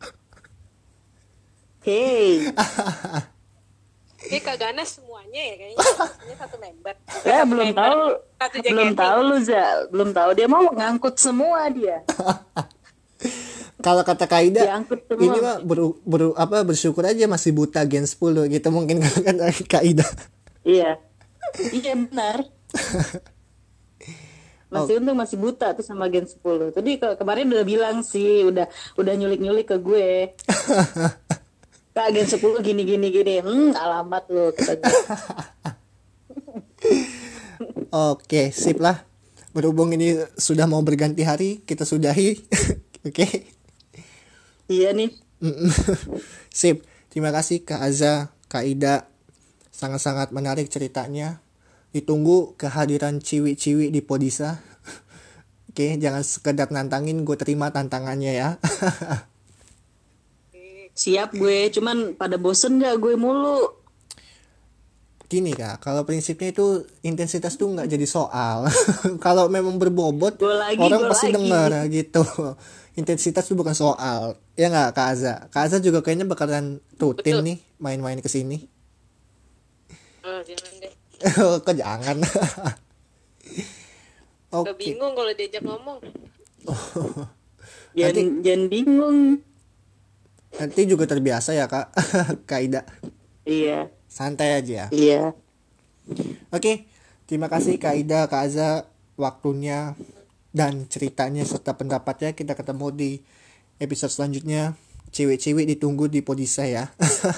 Speaker 3: Hey.
Speaker 2: Ini Kak Ganas semuanya ya kayaknya. Ini satu member.
Speaker 3: Ya
Speaker 2: Satu
Speaker 3: belum
Speaker 2: member,
Speaker 3: tahu.
Speaker 2: satu
Speaker 3: Belum
Speaker 2: J K T.
Speaker 3: tahu lu Zal. Belum tahu dia mau ngangkut semua dia.
Speaker 1: Kalau kata Kak Ida,
Speaker 3: Diangkut semua.
Speaker 1: ini mah ber, ber- apa bersyukur aja masih buta Gen sepuluh gitu mungkin kalau kata Kak Ida.
Speaker 3: Iya. Iya benar. Masih untung masih buta tuh sama Gen sepuluh. Tadi ke- kemarin udah bilang sih, udah udah nyulik-nyulik ke gue. Kak Gen sepuluh gini gini gini. Hmm, alamat lo kata gue.
Speaker 1: Oke, sip lah. Berhubung ini sudah mau berganti hari, kita sudahi. Oke.
Speaker 3: Iya nih.
Speaker 1: Mm-mm. Sip. Terima kasih Kak Aza, Kak Ida. Sangat-sangat menarik ceritanya. Ditunggu kehadiran ciwi-ciwi di Podisa. Oke, jangan sekedar nantangin, gue terima tantangannya ya.
Speaker 3: Siap gue, cuman pada bosen gak gue mulu?
Speaker 1: gini Kak, kalau prinsipnya itu intensitas tuh nggak jadi soal. Kalau memang berbobot,
Speaker 3: Gol lagi,
Speaker 1: orang
Speaker 3: gol
Speaker 1: pasti
Speaker 3: lagi.
Speaker 1: dengar gitu. Intensitas tuh bukan soal. Ya nggak Kak Aza? Kak Aza juga kayaknya bakalan rutin
Speaker 2: Betul.
Speaker 1: nih main-main ke sini.
Speaker 2: Oh, jangan deh.
Speaker 1: Kok jangan?
Speaker 2: Gak
Speaker 1: Oke.
Speaker 2: bingung kalau diajak ngomong.
Speaker 3: Jangan,
Speaker 1: Nanti-
Speaker 3: jangan bingung.
Speaker 1: Nanti juga terbiasa ya Kak. Kak Ida.
Speaker 3: Iya,
Speaker 1: Santai aja.
Speaker 3: iya.
Speaker 1: Oke, terima kasih Kak Ida, Kak Aza, waktunya dan ceritanya serta pendapatnya. Kita ketemu di episode selanjutnya. Cewek-cewek ditunggu di Podisa ya.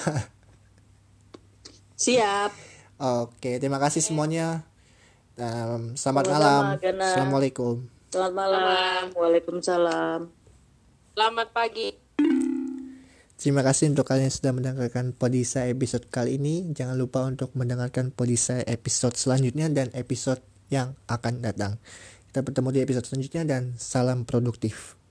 Speaker 3: Siap.
Speaker 1: Oke, terima kasih semuanya. Um, selamat
Speaker 3: Sama-sama,
Speaker 1: malam.
Speaker 3: Gana.
Speaker 1: Assalamualaikum.
Speaker 3: Selamat malam. Waalaikumsalam.
Speaker 2: Selamat pagi.
Speaker 1: Terima kasih untuk kalian yang sudah mendengarkan Podisa episode kali ini. Jangan lupa untuk mendengarkan Podisa episode selanjutnya dan episode yang akan datang. Kita bertemu di episode selanjutnya dan salam produktif.